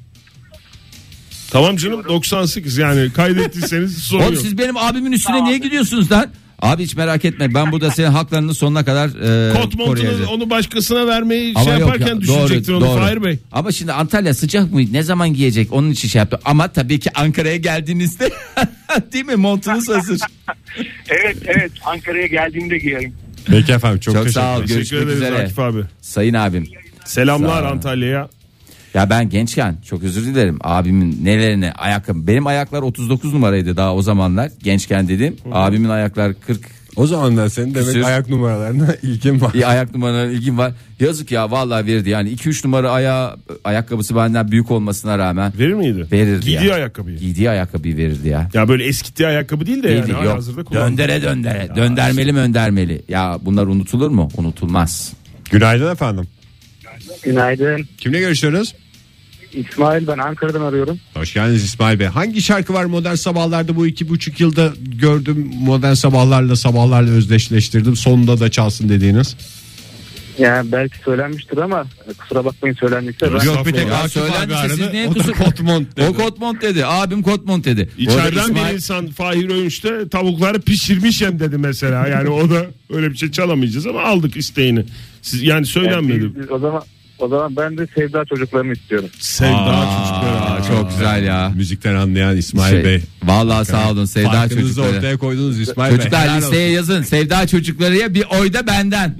Tamam canım, doksan sekiz yani kaydettiyseniz sorun Oğlum yok. siz benim abimin üstüne Tamam. niye gidiyorsunuz lan? Abi hiç merak etme, ben burada senin haklarını sonuna kadar e, Kot montunu koruyacağım. onu başkasına vermeyi Ama şey yok yaparken ya, düşünecektin doğru, onu doğru. Fahir Bey. Ama şimdi Antalya sıcak mı? Ne zaman giyecek? Onun için şey yaptı. Ama tabii ki Ankara'ya geldiğinizde değil mi? Montunuz hazır. Evet evet, Ankara'ya geldiğimde giyerim. Peki efendim, çok, Çok teşekkür sağ ol. ederim. Teşekkür Görüşmek ederiz üzere. Akif abi. Sayın abim. Selamlar Sağ ol. Antalya'ya. Ya ben gençken çok özür dilerim, abimin nelerine ayakkabı. Benim ayaklar otuz dokuz numaraydı daha o zamanlar. Gençken dedim. Abimin ayaklar kırk. O zamandan senin demek Küsür. ayak numaralarına ilgin var. Bir ayak numaralarına ilgim var. Yazık ya, vallahi verirdi yani. iki üç numara ayağı, ayakkabısı benden büyük olmasına rağmen Verir miydi? verirdi Giydiği ya. ayakkabıyı. Giydiği ayakkabıyı verirdi ya. Ya böyle eskittiği ayakkabı değil de Değil, yani değil, hala yok. hazırda kullandığı. Döndere döndere. Döndermeli mi öndermeli. Ya bunlar unutulur mu? Unutulmaz. Günaydın efendim. Günaydın. Kimle görüşüyoruz? İsmail, ben Ankara'dan arıyorum. Hoş geldiniz İsmail Bey. Hangi şarkı var modern sabahlarda, bu iki buçuk yılda gördüm, modern sabahlarla sabahlarla özdeşleştirdim, sonunda da çalsın dediğiniz? Yani belki söylenmiştir ama kusura bakmayın söylendiyse. Ben... Yok bir tek Ya Akif abi söylendiyse siz aradı. niye O da kusur? Kotmont dedi. O Kotmont dedi. Abim Kotmont dedi. Bu arada İçeriden İsmail- bir insan Fahir Öğünç'te tavukları pişirmiş hem dedi mesela. Yani o da öyle bir şey çalamayacağız ama aldık isteğini. Siz, yani söylenmedi. Yani biz- o zaman o zaman ben de Sevda çocuklarını istiyorum. Sevda Aa, çocukları. çok güzel ya. Müzikten anlayan İsmail Şey, Bey. Vallahi sağ olun Sevda Farkınızı çocukları. ortaya koydunuz İsmail Bey. Çocuklar Helal listeye olsun. yazın. Sevda çocuklarıya bir oy da benden.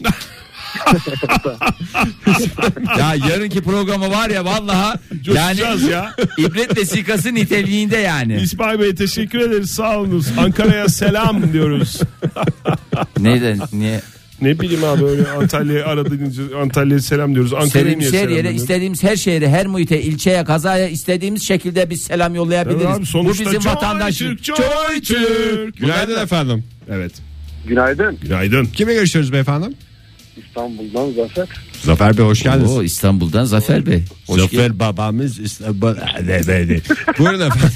Ya yarınki programı var ya vallahi yani Coşacağız ya. ibret vesikası niteliğinde yani. İsmail Bey teşekkür ederiz, sağ olunuz. Ankara'ya selam diyoruz. Neyden niye? Ne bileyim abi, öyle Antalya'ya aradığınca Antalya'ya selam diyoruz. Ankara'ya niye İstediğimiz her selam yere, demiyoruz? istediğimiz her şehre, her muhite, ilçeye, kazaya istediğimiz şekilde biz selam yollayabiliriz. Evet abi, Bu sonuçta bizim Joy vatandaşımız. Türk, Joy Türk. Günaydın efendim. Evet. Günaydın. Günaydın. Kime görüşüyoruz beyefendi? İstanbul'dan Zafer. Zafer Bey hoş geldiniz. Oo, İstanbul'dan Zafer Bey. Hoş Zafer geldin. babamız İstanbul. Buyurun efendim.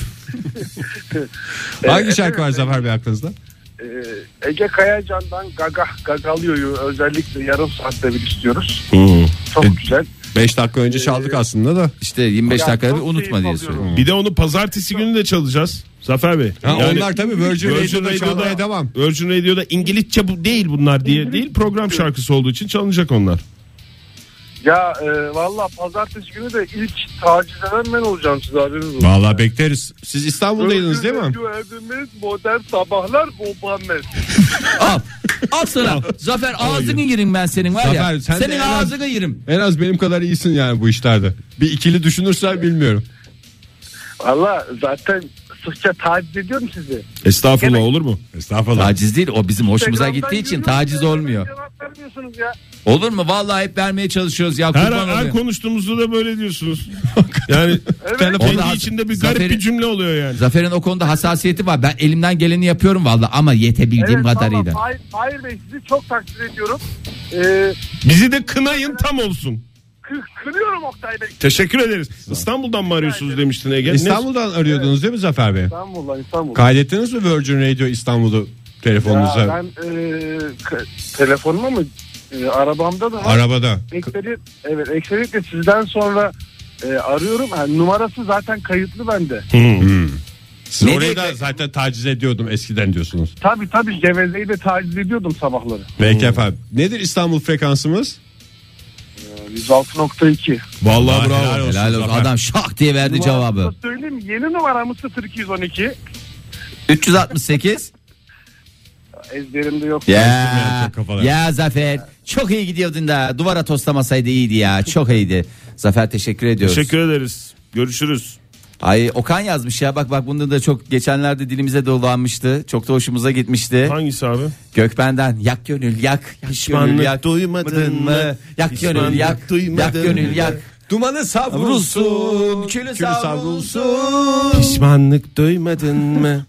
Hangi şarkı var Zafer Bey aklınızda? Ee, Ege Kayacan'dan Gaga Gagalıyor'yu özellikle yarım saatte bir istiyoruz. Çok güzel. beş dakika önce çaldık aslında da. İşte yirmi beş Ya, dakikada bir çok unutma keyif diye alıyorum. söylüyorum. Bir de onu pazartesi günü de çalacağız. Zafer Bey. Ha, onlar tabii Virgin, Virgin Radio'da çalmaya Radio'da, devam. Virgin Radio'da İngilizce bu değil bunlar diye değil, program şarkısı olduğu için çalınacak onlar. Ya e, valla pazartesi günü de ilk taciz eden ben olacağım, size haberiniz olsun. Vallahi bekleriz. Siz İstanbul'daydınız değil mi? Evimiz modern sabahlar bombamez. Al. Al sana. Zafer ağzını yerim ben senin var Zafer, ya. sen de Senin en az- ağzını yerim. En az benim kadar iyisin yani bu işlerde. Bir ikili düşünürsen bilmiyorum. Valla zaten sıkça taciz ediyorum sizi. Estağfurullah, olur mu? Estağfurullah. Taciz değil, o bizim hoşumuza Instagram'dan gittiği için yürüyorum, taciz ya, olmuyor. cevap vermiyorsunuz ya. Olur mu? Vallahi hep vermeye çalışıyoruz ya. Her, Kurban her olayım. konuştuğumuzda da böyle diyorsunuz. Yani kendi Orada içinde bir Zafer'in- garip bir cümle oluyor yani. Zafer'in o konuda hassasiyeti var. Ben elimden geleni yapıyorum vallahi ama yetebildiğim Evet, kadarıyla. tamam. Hayır, hayır Bey, sizi çok takdir ediyorum. Ee, Bizi de kınayın tam olsun. kı- kınıyorum Oktay Bey. Teşekkür ederiz. İstanbul'dan mı arıyorsunuz demiştin Ege? Ne- İstanbul'dan arıyordunuz değil mi Zafer Bey? İstanbul'dan İstanbul. Kaydettiniz mi Virgin Radio İstanbul'u telefonunuza? Ya ben e, k- telefonuma mı e, arabamda da var. Arabada. Ekseriyet, evet ekseriyetle sizden sonra e, arıyorum. Yani numarası zaten kayıtlı bende. Siz Ne orayı diye- da zaten taciz ediyordum eskiden diyorsunuz. Tabii tabii Geveze'yi de taciz ediyordum sabahları. Peki efendim. Nedir İstanbul frekansımız? yüz altı nokta iki. Vallahi bravo. Helal olsun Helal olsun. Zafer. Adam şak diye verdi cevabı. Numarasını söyleyeyim mi? Yeni numaramız sıfır iki on iki. üç yüz altmış sekiz. Ezberimde yok. Ya, çok kafalar. ya Zafer çok iyi gidiyordun da duvara toslamasaydı iyiydi ya, çok iyiydi. Zafer teşekkür ediyoruz. Teşekkür ederiz. Görüşürüz. Ay Okan yazmış ya, bak bak bunu da çok geçenlerde dilimize dolanmıştı. Çok da hoşumuza gitmişti. Hangisi abi? Gökben'den yak gönül yak. yak Pişmanlık gönül yak. duymadın mı? Yak Pişmanlık gönül yak. duymadın Yak gönül mı? yak. Dumanı Savrulsun, külü savrulsun. Pişmanlık duymadın mı?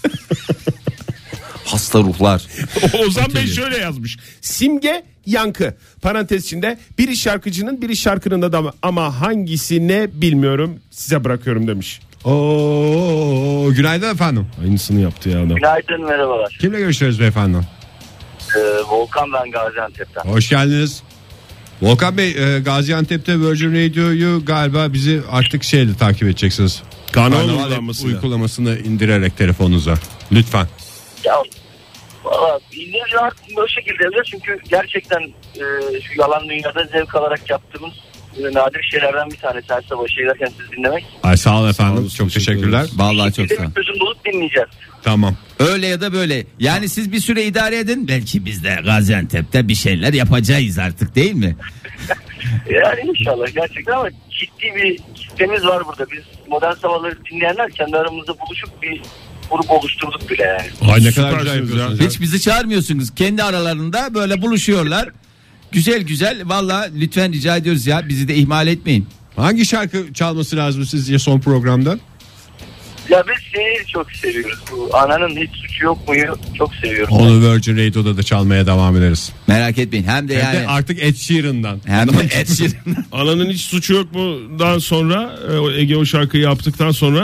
Hasta ruhlar. Ozan Bey şöyle yazmış. Simge yankı. Parantez içinde biri şarkıcının biri şarkının adamı ama hangisi ne bilmiyorum, size bırakıyorum demiş. Oo, günaydın efendim. Aynısını yaptı ya adam. Günaydın, merhabalar. Kimle görüşüyoruz beyefendi? Ee, Volkan, ben Gaziantep'ten. Hoş geldiniz. Volkan Bey, e, Gaziantep'te Virgin Radio'yu galiba bizi artık şeyle takip edeceksiniz. Kanal Karnaval uygulamasıyla. uygulamasını indirerek telefonunuza. Lütfen. Ya valla izleyiciler bu şekilde yazıyor çünkü gerçekten e, şu yalan dünyada zevk alarak yaptığımız e, nadir şeylerden bir tanesi her sabah işe giderken sizi dinlemek. Ay sağ olun efendim. olun, çok teşekkür teşekkürler. ederiz. Vallahi çok Bir sağ ol. de bir çözüm bulup dinleyeceğiz. Tamam. Öyle ya da böyle. Yani siz bir süre idare edin. Belki biz de Gaziantep'te bir şeyler yapacağız artık, değil mi? Yani inşallah gerçekten, ama ciddi bir kitlemiz var burada. Biz modern sabahları dinleyenler kendi aramızda buluşup bir grup oluşturduk bile yani. Ay ne kadar Süpersiniz güzel yapıyorsunuz. Hiç bizi çağırmıyorsunuz. Kendi aralarında böyle buluşuyorlar. Güzel güzel. Valla lütfen rica ediyoruz ya. Bizi de ihmal etmeyin. Hangi şarkı çalması lazım sizce son programda? Ya biz şeyi çok seviyoruz. Bu ananın hiç suçu yok muyu çok seviyorum. Onu Virgin Radio'da da çalmaya devam ederiz. Merak etmeyin. Hem de Hem yani. de artık Ed Sheeran'dan. Hem de Ed Sheeran. Ananın hiç suçu yok mu'dan sonra e, o Ege o şarkıyı yaptıktan sonra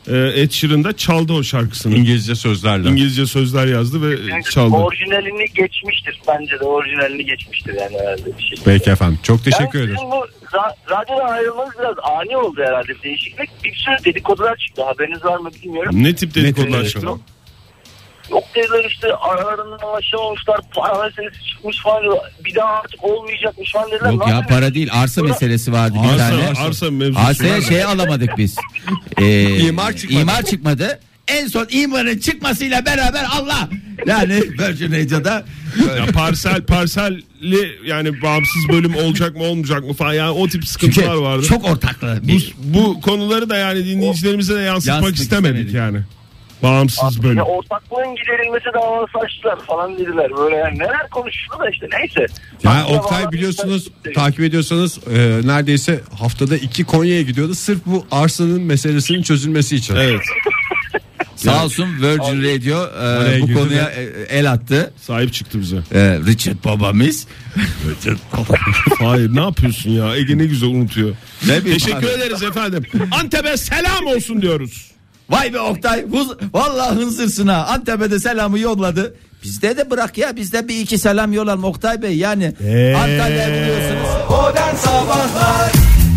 Ed Sheeran da çaldı o şarkısını. İngilizce sözlerle. İngilizce sözler yazdı ve Çünkü çaldı. orijinalini geçmiştir. Bence de orijinalini geçmiştir yani herhalde bir şey. Peki efendim. Çok teşekkür yani ederim. bu ra- radyodan ayrılmanız biraz ani oldu herhalde, bir değişiklik. Bir sürü dedikodular çıktı. Haberiniz var mı bilmiyorum. Ne tip dedikodular Ne çıktı? Yok dediler işte, aralarından anlaşamamışlar, para meselesi çıkmış falan, bir daha artık olmayacakmış falan dediler. Yok Ne ya, yapayım? para değil, arsa meselesi vardı bir Arsa, tane. arsa mevzusu. Arsaya var. şey alamadık biz. Ee, İmar çıkmadı. İmar çıkmadı. En son imarın çıkmasıyla beraber Allah. Yani Virgin Radio'da Ya parsel parselli yani bağımsız bölüm olacak mı olmayacak mı falan, yani o tip çünkü sıkıntılar vardı. çok ortaklı. Bu, Bir, bu konuları da yani dinleyicilerimize de yansıtmak Yansıtmak istemedik, istemedik. yani. Bağımsız bölüm. Ya ortaklığın giderilmesi davası açtılar falan dediler. Böyle yani neler konuşuldu da işte, neyse. Yani Aslında Oktay vallahi biliyorsunuz, ben- takip ediyorsanız e, neredeyse haftada iki Konya'ya gidiyordu. Sırf bu arsanın meselesinin çözülmesi için. Evet. sağ olsun Virgin Radio Oraya e, bu girdi konuya e, el attı. Sahip çıktı bize. E, Richard babamız. Hayır, ne yapıyorsun ya? Ege ne güzel unutuyor. Ne bileyim Teşekkür abi. ederiz efendim. Antep'e selam olsun diyoruz. Vay be Oktay, huz, vallahi hınzırsın ha. Antep'e de selamı yolladı. Bizde de bırak ya, bizde bir iki selam yollalım Oktay Bey yani. Ee? Antalya'yı buluyorsunuz. Modern Sabahlar.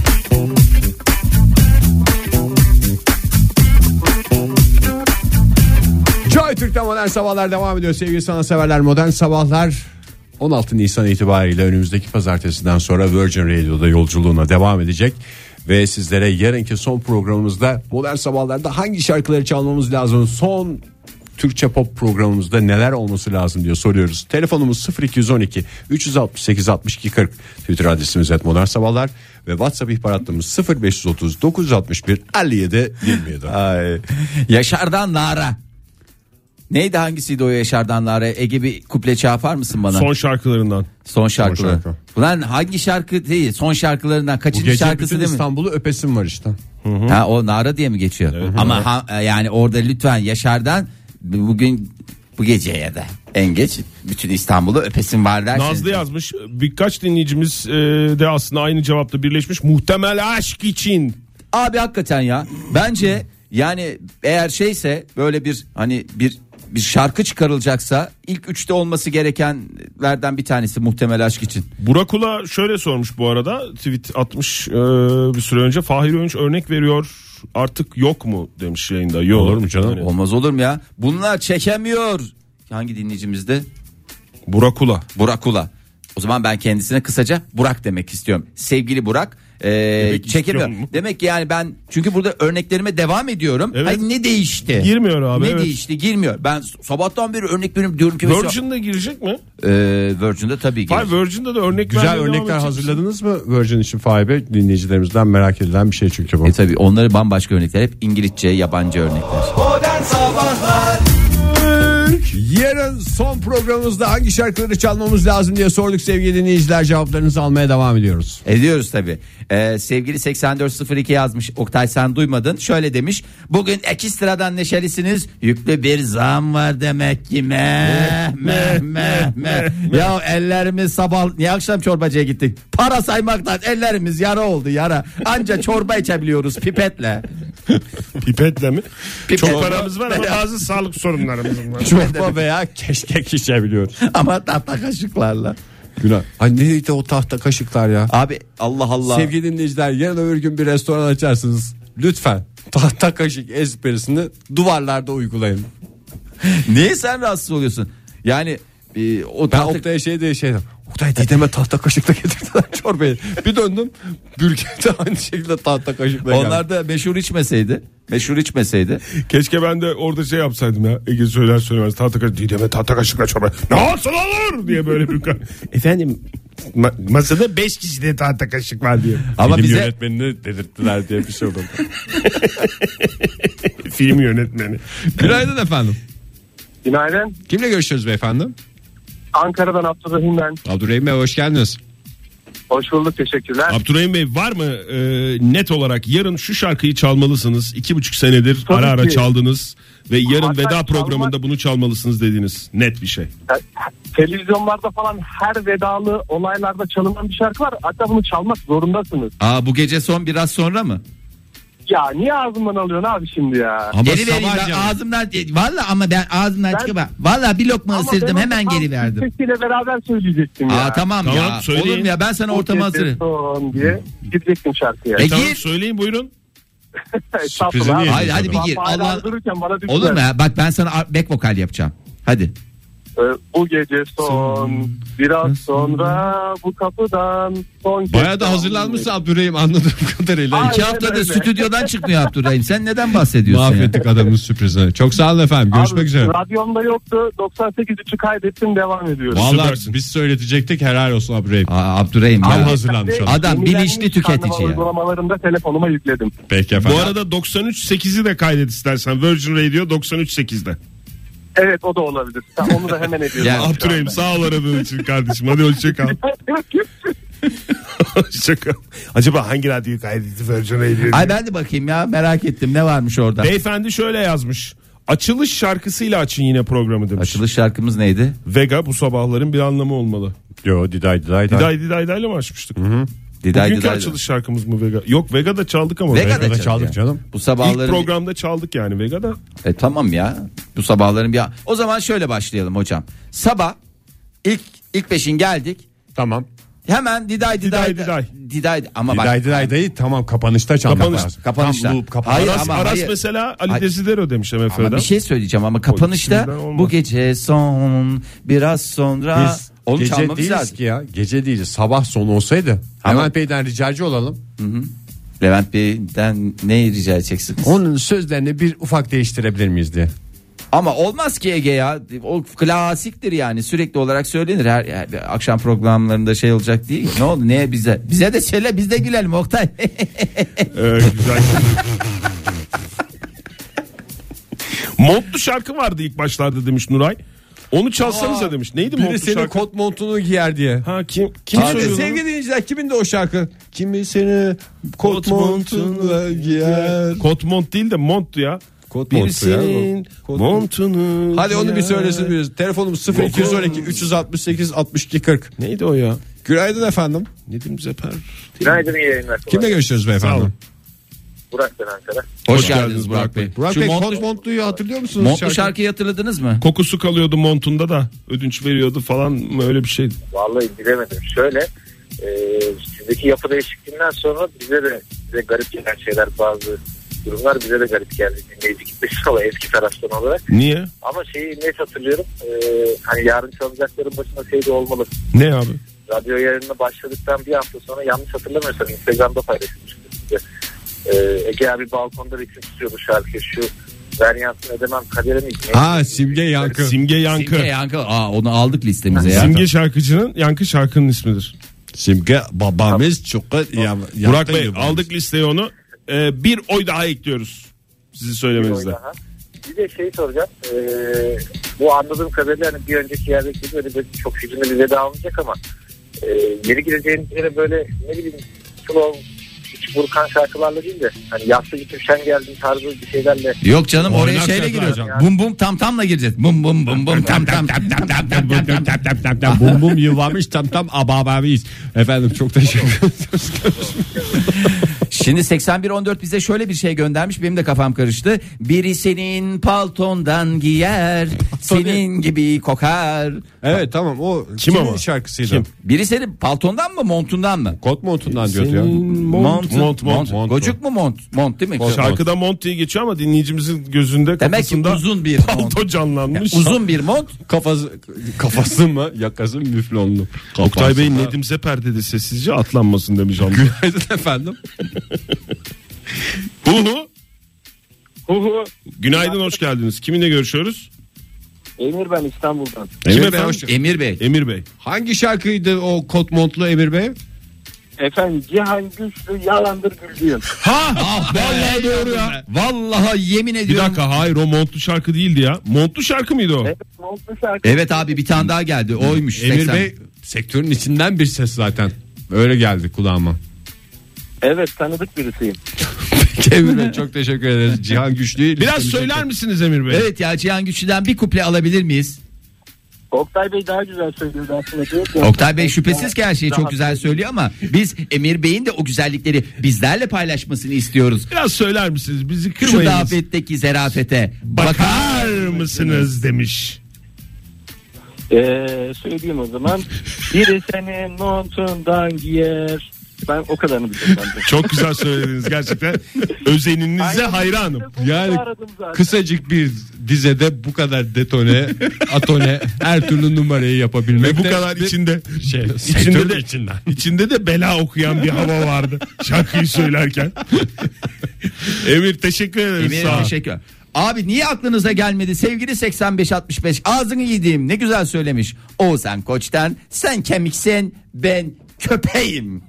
Joy Türk'te Modern Sabahlar devam ediyor sevgili sanatseverler. Modern Sabahlar on altı Nisan itibariyle önümüzdeki pazartesiden sonra Virgin Radio'da yolculuğuna devam edecek. Ve sizlere yarınki son programımızda Modern Sabahlar'da hangi şarkıları çalmamız lazım, son Türkçe pop programımızda neler olması lazım diye soruyoruz. Telefonumuz sıfır iki on iki üç altı sekiz altmış iki kırk, Twitter adresimiz et Modern Sabahlar ve WhatsApp ihbaratımız sıfır beş otuz dokuz altmış bir elli yedi yirmi yedi. Ay. Yaşar'dan Lara. Neydi, hangisiydi o Yaşar'dan Lara? Ege bir kuple çağır mısın bana? Son şarkılarından. Son şarkıları. şarkı. Ulan hangi şarkı değil? Son şarkılarından Bu kaçıncı gece şarkısı bütün değil mi? İstanbul'u öpesim var işte. Ha, o Nara diye mi geçiyor? Ama ha, yani orada lütfen Yaşar'dan bugün bu geceye de en geç bütün İstanbul'u öpesin var dersin. Nazlı yazmış. Birkaç dinleyicimiz e, de aslında aynı cevapta birleşmiş. Muhtemel aşk için. Abi hakikaten ya. Bence yani eğer şeyse böyle bir hani bir bir şarkı çıkarılacaksa ilk üçte olması gerekenlerden bir tanesi Muhtemel Aşk için. Burak Ula şöyle sormuş bu arada. Tweet atmış e, bir süre önce. Fahir Öğünç örnek veriyor. Artık yok mu demiş yayında. Yok. Olur mu canım? Yani Olmaz olur mu ya? Bunlar çekemiyor. Hangi dinleyicimizde? Burak Ula. Burak Ula. O zaman ben kendisine kısaca Burak demek istiyorum. Sevgili Burak, e, çekemiyor. istiyor mu? Demek ki yani ben çünkü burada örneklerime devam ediyorum. Evet. Hayır, ne değişti? Girmiyor abi, Ne evet. değişti? Girmiyor. Ben sabahtan beri örnek veriyorum diyorum ki mesela- Virgin'de girecek mi? Ee, Virgin'de tabii ki. Hayır, Virgin'de de örnek Güzel vermeye devam örnekler edecek hazırladınız mı Virgin için Fahir Bey? Dinleyicilerimizden merak edilen bir şey çünkü bu. E tabii onları bambaşka örnekler, hep İngilizce, yabancı örnekler. Yarın son programımızda hangi şarkıları çalmamız lazım diye sorduk sevgili dinleyiciler, cevaplarınızı almaya devam ediyoruz. Ediyoruz tabii. Ee, sevgili seksen dört sıfır iki yazmış. Oktay sen duymadın. Şöyle demiş. Bugün ekstradan neşelisiniz. Yüklü bir zam var demek ki. Meh meh meh meh. Ya ellerimiz sabah niye akşam çorbacıya gittik? Para saymaktan ellerimiz yara oldu yara. Anca çorba içebiliyoruz pipetle. Pipetle mi? Pipet. Çok paramız var ama bazı sağlık sorunlarımız var. Çorba veya keşkek içebiliyoruz. Ama tahta kaşıklarla. Günah. Ay neydi o tahta kaşıklar ya? Abi Allah Allah. Sevgili dinleyiciler, yarın öbür gün bir restoran açarsınız. Lütfen tahta kaşık esprisini duvarlarda uygulayın. Niye sen rahatsız oluyorsun? Yani e, o Ben tahta... Oktay'a şey diye şey dedim. Oktay Didem'e tahta kaşıkla getirdiler çorbayı. Bir döndüm, Bürgen'de aynı şekilde tahta kaşıkla geldi. Onlar da meşhur içmeseydi. Meşhur içmeseydi. Keşke ben de orada şey yapsaydım ya. Ege söyler söylemez tahta kaşık. Didem'e tahta kaşıkla çorba. Nasıl olur diye böyle bir... Efendim ma- masada beş kişi de tahta kaşık var diye. Ama Film bize yönetmenini dedirttiler diye bir şey oldu. Film yönetmeni. Günaydın efendim. Günaydın. Kimle görüşüyoruz beyefendi? Ankara'dan Abdurrahim ben. Abdurrahim Bey hoş geldiniz. Hoş bulduk, teşekkürler. Abdurrahim Bey, var mı e, net olarak yarın şu şarkıyı çalmalısınız? İki buçuk senedir Tabii ara ara ki. çaldınız ve yarın Hatta veda çalmak- programında bunu çalmalısınız dediğiniz net bir şey. Televizyonlarda falan her vedalı olaylarda çalınan bir şarkı var. Hatta bunu çalmak zorundasınız. Aa, bu gece son biraz sonra mı? Ya niye ağzımdan alıyorsun abi şimdi ya? Ama geri vereyim ben ağzımdan. Valla ama ben ağzımdan ben, çıkıp valla bir lokma ısırdım hemen geri verdim. Sesiyle beraber söyleyecektim ya. Aa tamam, tamam ya. Söyleyin. Olur mu ya, ben sana ortamı hazırım. diye girecektim şarkıya. E, e tamam gir. Söyleyin buyurun. Hadi hadi bir gir. Allah. Olur mu ya? Bak ben sana back vokal yapacağım. Hadi. Bu gece son, biraz sonra bu kapıdan son. Bayağı da hazırlanmışsın Abdurrahim anladığım kadarıyla. Aynen İki haftadır öyle. Stüdyodan çıkmıyor Abdurrahim. Sen neden bahsediyorsun? Mahvettik ya? Adamın sürprizini. Çok sağ olun efendim. Görüşmek Abi, üzere. Radyomda yoktu. doksan sekiz üçü kaydettim, devam ediyorum. Vallahi biz söyletecektik, helal olsun Abdurrahim. Aa, Abdurrahim tam hazırlanmış adam. Adam bilinçli tüketici ya. Uygulamalarında telefonuma yükledim. Peki efendim. Bu arada doksan üç sekizi de kaydet istersen. Virgin Radio doksan üç sekizde. Evet o da olabilir. Tamam, onu da hemen ediyorum. Ya Abdurrahim sağ ol aradığın için kardeşim. Hadi hoşça kal. Hoşça kal. Acaba hangi radyoyu kaydetti Virgin Radio? Ay ben de bakayım ya, merak ettim ne varmış orada. Beyefendi şöyle yazmış. Açılış şarkısıyla açın yine programı demiş. Açılış şarkımız neydi? Vega bu sabahların bir anlamı olmalı. Yo Diday Diday. Diday Diday Diday'la mı açmıştık? Hı hı. Diday, Bugünkü Diday, açılış şarkımız mı Vega? Yok Vega'da çaldık ama. Vega'da, Vega'da çaldık ya. Canım. Bu sabahların İlk programda çaldık yani Vega'da. E tamam ya. Bu sabahların bir. O zaman şöyle başlayalım hocam. Sabah ilk ilk beşin geldik. Tamam. Hemen Diday Diday Diday Diday. Diday ama Diday bak. Diday Diday'ı tamam kapanışta çalmak Kapanış, lazım. Kapanışta. Tam loop, kapanış. Hayır, Aras, ama, Aras hayır. mesela Ali Hayır. Desidero demiş M F O'da. Ama bir şey söyleyeceğim ama kapanışta bu gece son biraz sonra biz onu gece çalmamız değiliz lazım. ki ya. Gece değiliz. Sabah sonu olsaydı. Ama... Levent Bey'den ricacı olalım. Hı hı. Levent Bey'den ne rica edeceksiniz? Onun sözlerini bir ufak değiştirebilir miyiz diye. Ama olmaz ki Ege ya. O klasiktir yani, sürekli olarak söylenir. Her, her akşam programlarında şey olacak değil. Ne oldu? Neye bize? Bize de söyle, biz de gülelim Oktay. Evet, güzel. Montlu şarkı vardı ilk başlarda demiş Nuray. Onu çalsanıza Aa, demiş. Neydi montlu şarkı? Biri senin kot montunu giyer diye. Ha kim kim söylüyor? Sevgili dinleyiciler, kimin de o şarkı? Kimi seni kot montunu giyer. Kot mont değil de monttu ya. Kot bir senin montunu. Hadi onu bir söylesin birisi. Telefonumuz sıfır iki on iki üç altı sekiz altmış iki kırk. Neydi o ya? Günaydın efendim. Nedim Zeper. Günaydın, iyi yayınlar. Kimle görüşüyoruz beyefendi? Burak ben Ankara. Hoş, Hoş geldiniz Burak Bey. Burak Bey, kot montluyu hatırlıyor musunuz? Montlu şarkı? şarkıyı hatırladınız mı? Kokusu kalıyordu montunda da, ödünç veriyordu falan mı, öyle bir şeydi. Vallahi bilemedim. Şöyle e, sizdeki yapı değişikliğinden sonra bize de bize garip gelen şeyler, bazı durumlar bize de garip geldi. Dinleyici kitlesi olarak, eski taraftan olarak. Niye? Ama şeyi net hatırlıyorum. E, hani yarın çalacakların başında şey de olmalı. Ne abi? Radyo yayınına başladıktan bir hafta sonra, yanlış hatırlamıyorsam Instagram'da paylaşmıştım size. Ee, Ege abi balkonda ritim tutuyordu şarkı, şu ben yansın edemem kadere miydi? Aa, Simge Yankı. Simge Yankı. Simge Yankı. Aa, onu aldık listemize ya. Simge şarkıcının, Yankı şarkının ismidir. Simge babamız çok ya, Burak Bey babamız. Aldık listeye onu. Ee, bir oy daha ekliyoruz sizi söylemenizde. Bir de şey soracağım. Ee, bu anladığım kadarıyla hani bir önceki yerdeki gibi böyle çok hücumlu bir veda almayacak ama e, yeri gireceğiniz yere böyle ne bileyim slow, hiç burkan şarkılarla değil de hani yaşlı gitip şen geldin tarzı bir şeylerle. Yok canım, oraya şeyle giriyoruz. Yani. Bum bum tam tamla gireceğiz. Bum bum bum bum tam tam tam tam tam tam tam tam tam tam bum bum yılvarmış tam tam abababiyiz. Efendim çok teşekkür ederiz. Şimdi seksen bir on dört bize şöyle bir şey göndermiş, benim de kafam karıştı. Biri senin paltondan giyer, senin gibi kokar. Evet tamam, o kim kimin ama? şarkısıydı? Kim? Biri senin paltondan mı, montundan mı? Kot montundan diyordu ya. Mont, mont, mont, mont. Gocuk mu mont? Mont değil mi? Mont. Şarkıda mont diye geçiyor ama dinleyicimizin gözünde, demek ki uzun bir palto canlanmış. Yani uzun bir mont. Kafası, kafası mı? Yakası müflonlu. Oktay Bey Nedim Zeper dedi sessizce, atlanmasın demiş. Günaydın efendim. Hu hu. Hu hu. Günaydın, hoş geldiniz. Kiminle görüşüyoruz? Emir ben İstanbul'dan. Emir, Emir Bey, Bey, Emir Bey. Emir Bey. Hangi şarkıydı o kot montlu Emir Bey? Efendim Cihan Güçlü yalandır güldüğüm. Ha, ah, vallahi doğru ya. Vallahi yemin ediyorum. Bir dakika, hayır o montlu şarkı değildi ya. Montlu şarkı mıydı o? Evet, montlu şarkı. Evet abi, bir tane daha geldi. Oymuş. Emir seksen. Bey sektörün içinden bir ses zaten. Öyle geldi kulağıma. Evet, tanıdık birisiyim. Emir Bey çok teşekkür ederiz. Cihan Güçlü. Biraz söyler misiniz Emir Bey? Evet ya, Cihan Güçlü'den bir kuple alabilir miyiz? Oktay Bey daha güzel söylüyordu aslında. Diyor ki, Oktay Bey şüphesiz ki her şeyi çok güzel söylüyor ama biz Emir Bey'in de o güzellikleri bizlerle paylaşmasını istiyoruz. Biraz söyler misiniz? Bizi Şu kırmayınız. davetteki zerafete Bakar mısınız demiş. Ee, söyleyeyim o zaman. Biri senin montundan giyer. Ben o kadarını biliyorum ben de. Çok güzel söylediniz gerçekten. Özeninize Aynen. hayranım. Yani Aradım zaten. kısacık bir dizede bu kadar detone, atone, her türlü numarayı yapabilmek. Ve bu de kadar bir içinde şey, içinde de içinden. içinde de bela okuyan bir hava vardı şarkıyı söylerken. Emir teşekkür ederiz. Emir Sağ ol. teşekkür. Abi niye aklınıza gelmedi sevgili seksen beş altmış beş ağzını yediğim ne güzel söylemiş. Oğuzhan Koç'tan sen kemiksin ben köpeğim.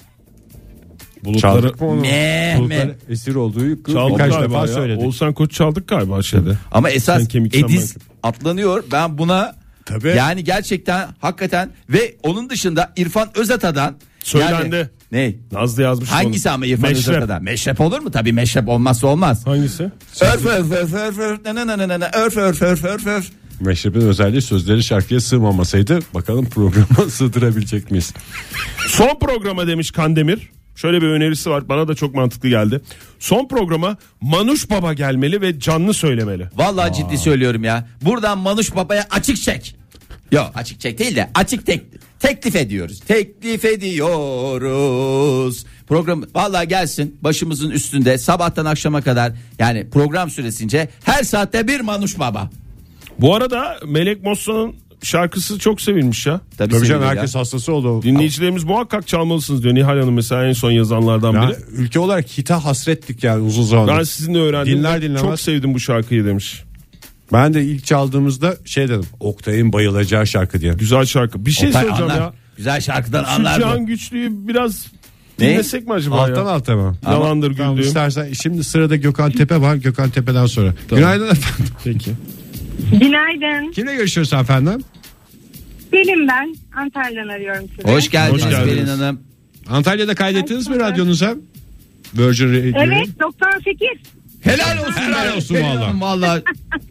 Çaldık mı onu? Ne Bulutların mi? esir olduğu Çaldık birkaç galiba defa ya. söyledik. Oğuzhan Koç çaldık galiba şeyde. Ama Sen esas kemiksen ben Ediz köpeğim. atlanıyor. Ben buna Tabii. yani gerçekten hakikaten ve onun dışında İrfan Özata'dan Söylendi. yani- ne? Nazlı yazmış. Hangisi onu. ama İrfan Meşrep. Özata'dan? Meşrep olur mu? Tabii meşrep olmazsa olmaz. Hangisi? Örf örf örf örf örf na na na na na örf örf örf örf örf. Meşrep'in özelliği sözleri şarkıya sığmamasaydı bakalım programa sığdırabilecek miyiz? Son programa demiş Kandemir. Şöyle bir önerisi var, bana da çok mantıklı geldi. Son programa Manuş Baba gelmeli ve canlı söylemeli. Vallahi ciddi söylüyorum ya. Buradan Manuş Baba'ya açık çek. Yok açık çek değil de açık tek, teklif ediyoruz. Teklif ediyoruz. Program vallahi gelsin başımızın üstünde sabahtan akşama kadar yani program süresince her saatte bir Manuş Baba. Bu arada Melek Mosso'nun şarkısı çok sevilmiş ya. Tabii, Tabii canım, sevgili herkes ya. hastası oldu. Dinleyicilerimiz muhakkak çalmalısınız diyor. Nihal Hanım mesela en son yazanlardan Ya, biri. ülke olarak hita hasrettik yani uzun zamandır. Ben sizinle öğrendim. Dinler ve dinlemez. Çok sevdim bu şarkıyı demiş. Ben de ilk çaldığımızda şey dedim. Oktay'ın bayılacağı şarkı diye. Güzel şarkı. Bir şey Oktay söyleyeceğim anlar. ya. Güzel şarkıdan Şu anlar Cihan bu. Güçlü'yü biraz Ne? dinlesek mi acaba Alttan ya? alta mı? Yalandır Tamam, güldüğüm. istersen şimdi sırada Gökhan Tepe var. Gökhan Tepe'den sonra. Günaydın efendim. Peki. Günaydın. Kimle görüşüyoruz efendim? Benim ben. Antalya'dan arıyorum sizi. Hoş geldiniz Hoş geldiniz. Pelin Hanım. Antalya'da kaydettiniz mi Hoş bulduk. radyonuza? Virgin Radio. Evet doksan sekiz. Helal olsun. Helal olsun Pelin vallahi. Hanım, vallahi.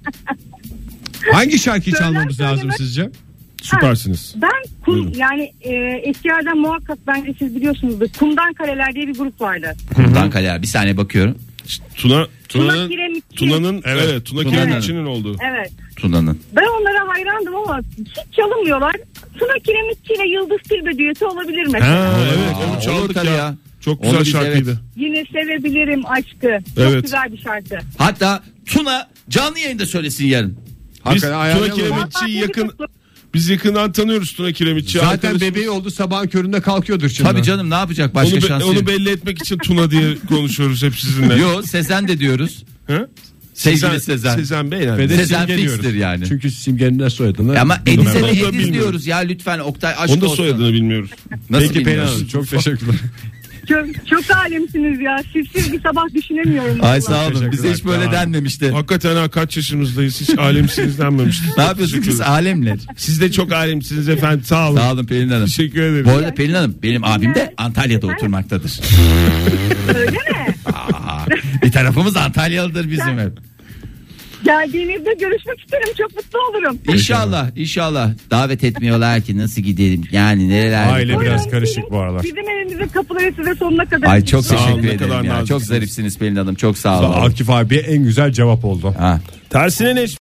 Hangi şarkıyı Söyler çalmamız lazım söylemez. sizce? Süpersiniz. Ben kum yani e, eskilerden muhakkak bence siz biliyorsunuzdur. Kumdan Kareler diye bir grup vardı. Kumdan Kaleler bir saniye bakıyorum. Tuna Tuna Tuna'nın Kiremitçi. Tuna'nın evet, evet Tuna Tuna'nın. Kiremitçi'nin olduğu. Evet. Tuna'nın. Ben onlara hayrandım ama hiç çalınmıyorlar. Tuna Kiremitçi ile Yıldız Tilbe düeti olabilir mi? Ha, evet Aa, onu olur çaldık tabii ya. ya. Çok Onu güzel biz şarkıydı. Yine sevebilirim aşkı. Çok Evet. güzel bir şarkı. Hatta Tuna canlı yayında söylesin yarın. Biz Hakikaten Tuna ayarlayalım. Kiremitçi'yi Vallahi yakın kutlu. biz yakından tanıyoruz Tuna Kiremitçi. Zaten Arkadaşımız- bebeği oldu sabahın köründe kalkıyordur şimdi. Tabii canım ne yapacak başka onu, be- şansı onu yok. belli etmek için Tuna diye konuşuyoruz hep sizinle. Yo Sezen de diyoruz. Hı? Sevgili Sezen. Sezen Bey yani. Ve de Sezen Simge fixtir diyoruz. yani. Çünkü Simge'nin ne soyadını. Ama Ediz'e Onu da de Ediz bilmiyorum. diyoruz ya lütfen Oktay aşk Onu da olsun. soyadını bilmiyoruz. Nasıl Peki Pelin bilmiyorsun? Hanım çok teşekkürler. Çok, çok alemsiniz ya. Sizsiz bir sabah düşünemiyorum. Ay vallahi. sağ olun bize Teşekkürler. hiç böyle Tamam. denmemişti. Hakikaten ha kaç yaşımızdayız hiç alemsiniz denmemişti. Ne yapıyorsunuz biz alemler? Siz de çok alemsiniz efendim sağ olun. Sağ olun Pelin Hanım. Teşekkür ederim. Bu arada Pelin Hanım benim abim de Antalya'da oturmaktadır. Öyle mi? Aa, bir tarafımız Antalyalıdır bizim hep. Geldiğinizde görüşmek isterim. Çok mutlu olurum. İnşallah inşallah davet etmiyorlar ki nasıl gidelim yani nereler. Aile Buyurun, biraz karışık bizim- bu aralar. Bizim evimizin kapıları size sonuna kadar. Ay çok Sağ olun, teşekkür ne kadar ederim ya. Çok naziksiniz. zarifsiniz Pelin Hanım çok sağ olun. Akif abiye en güzel cevap oldu. Ha. Tersine ne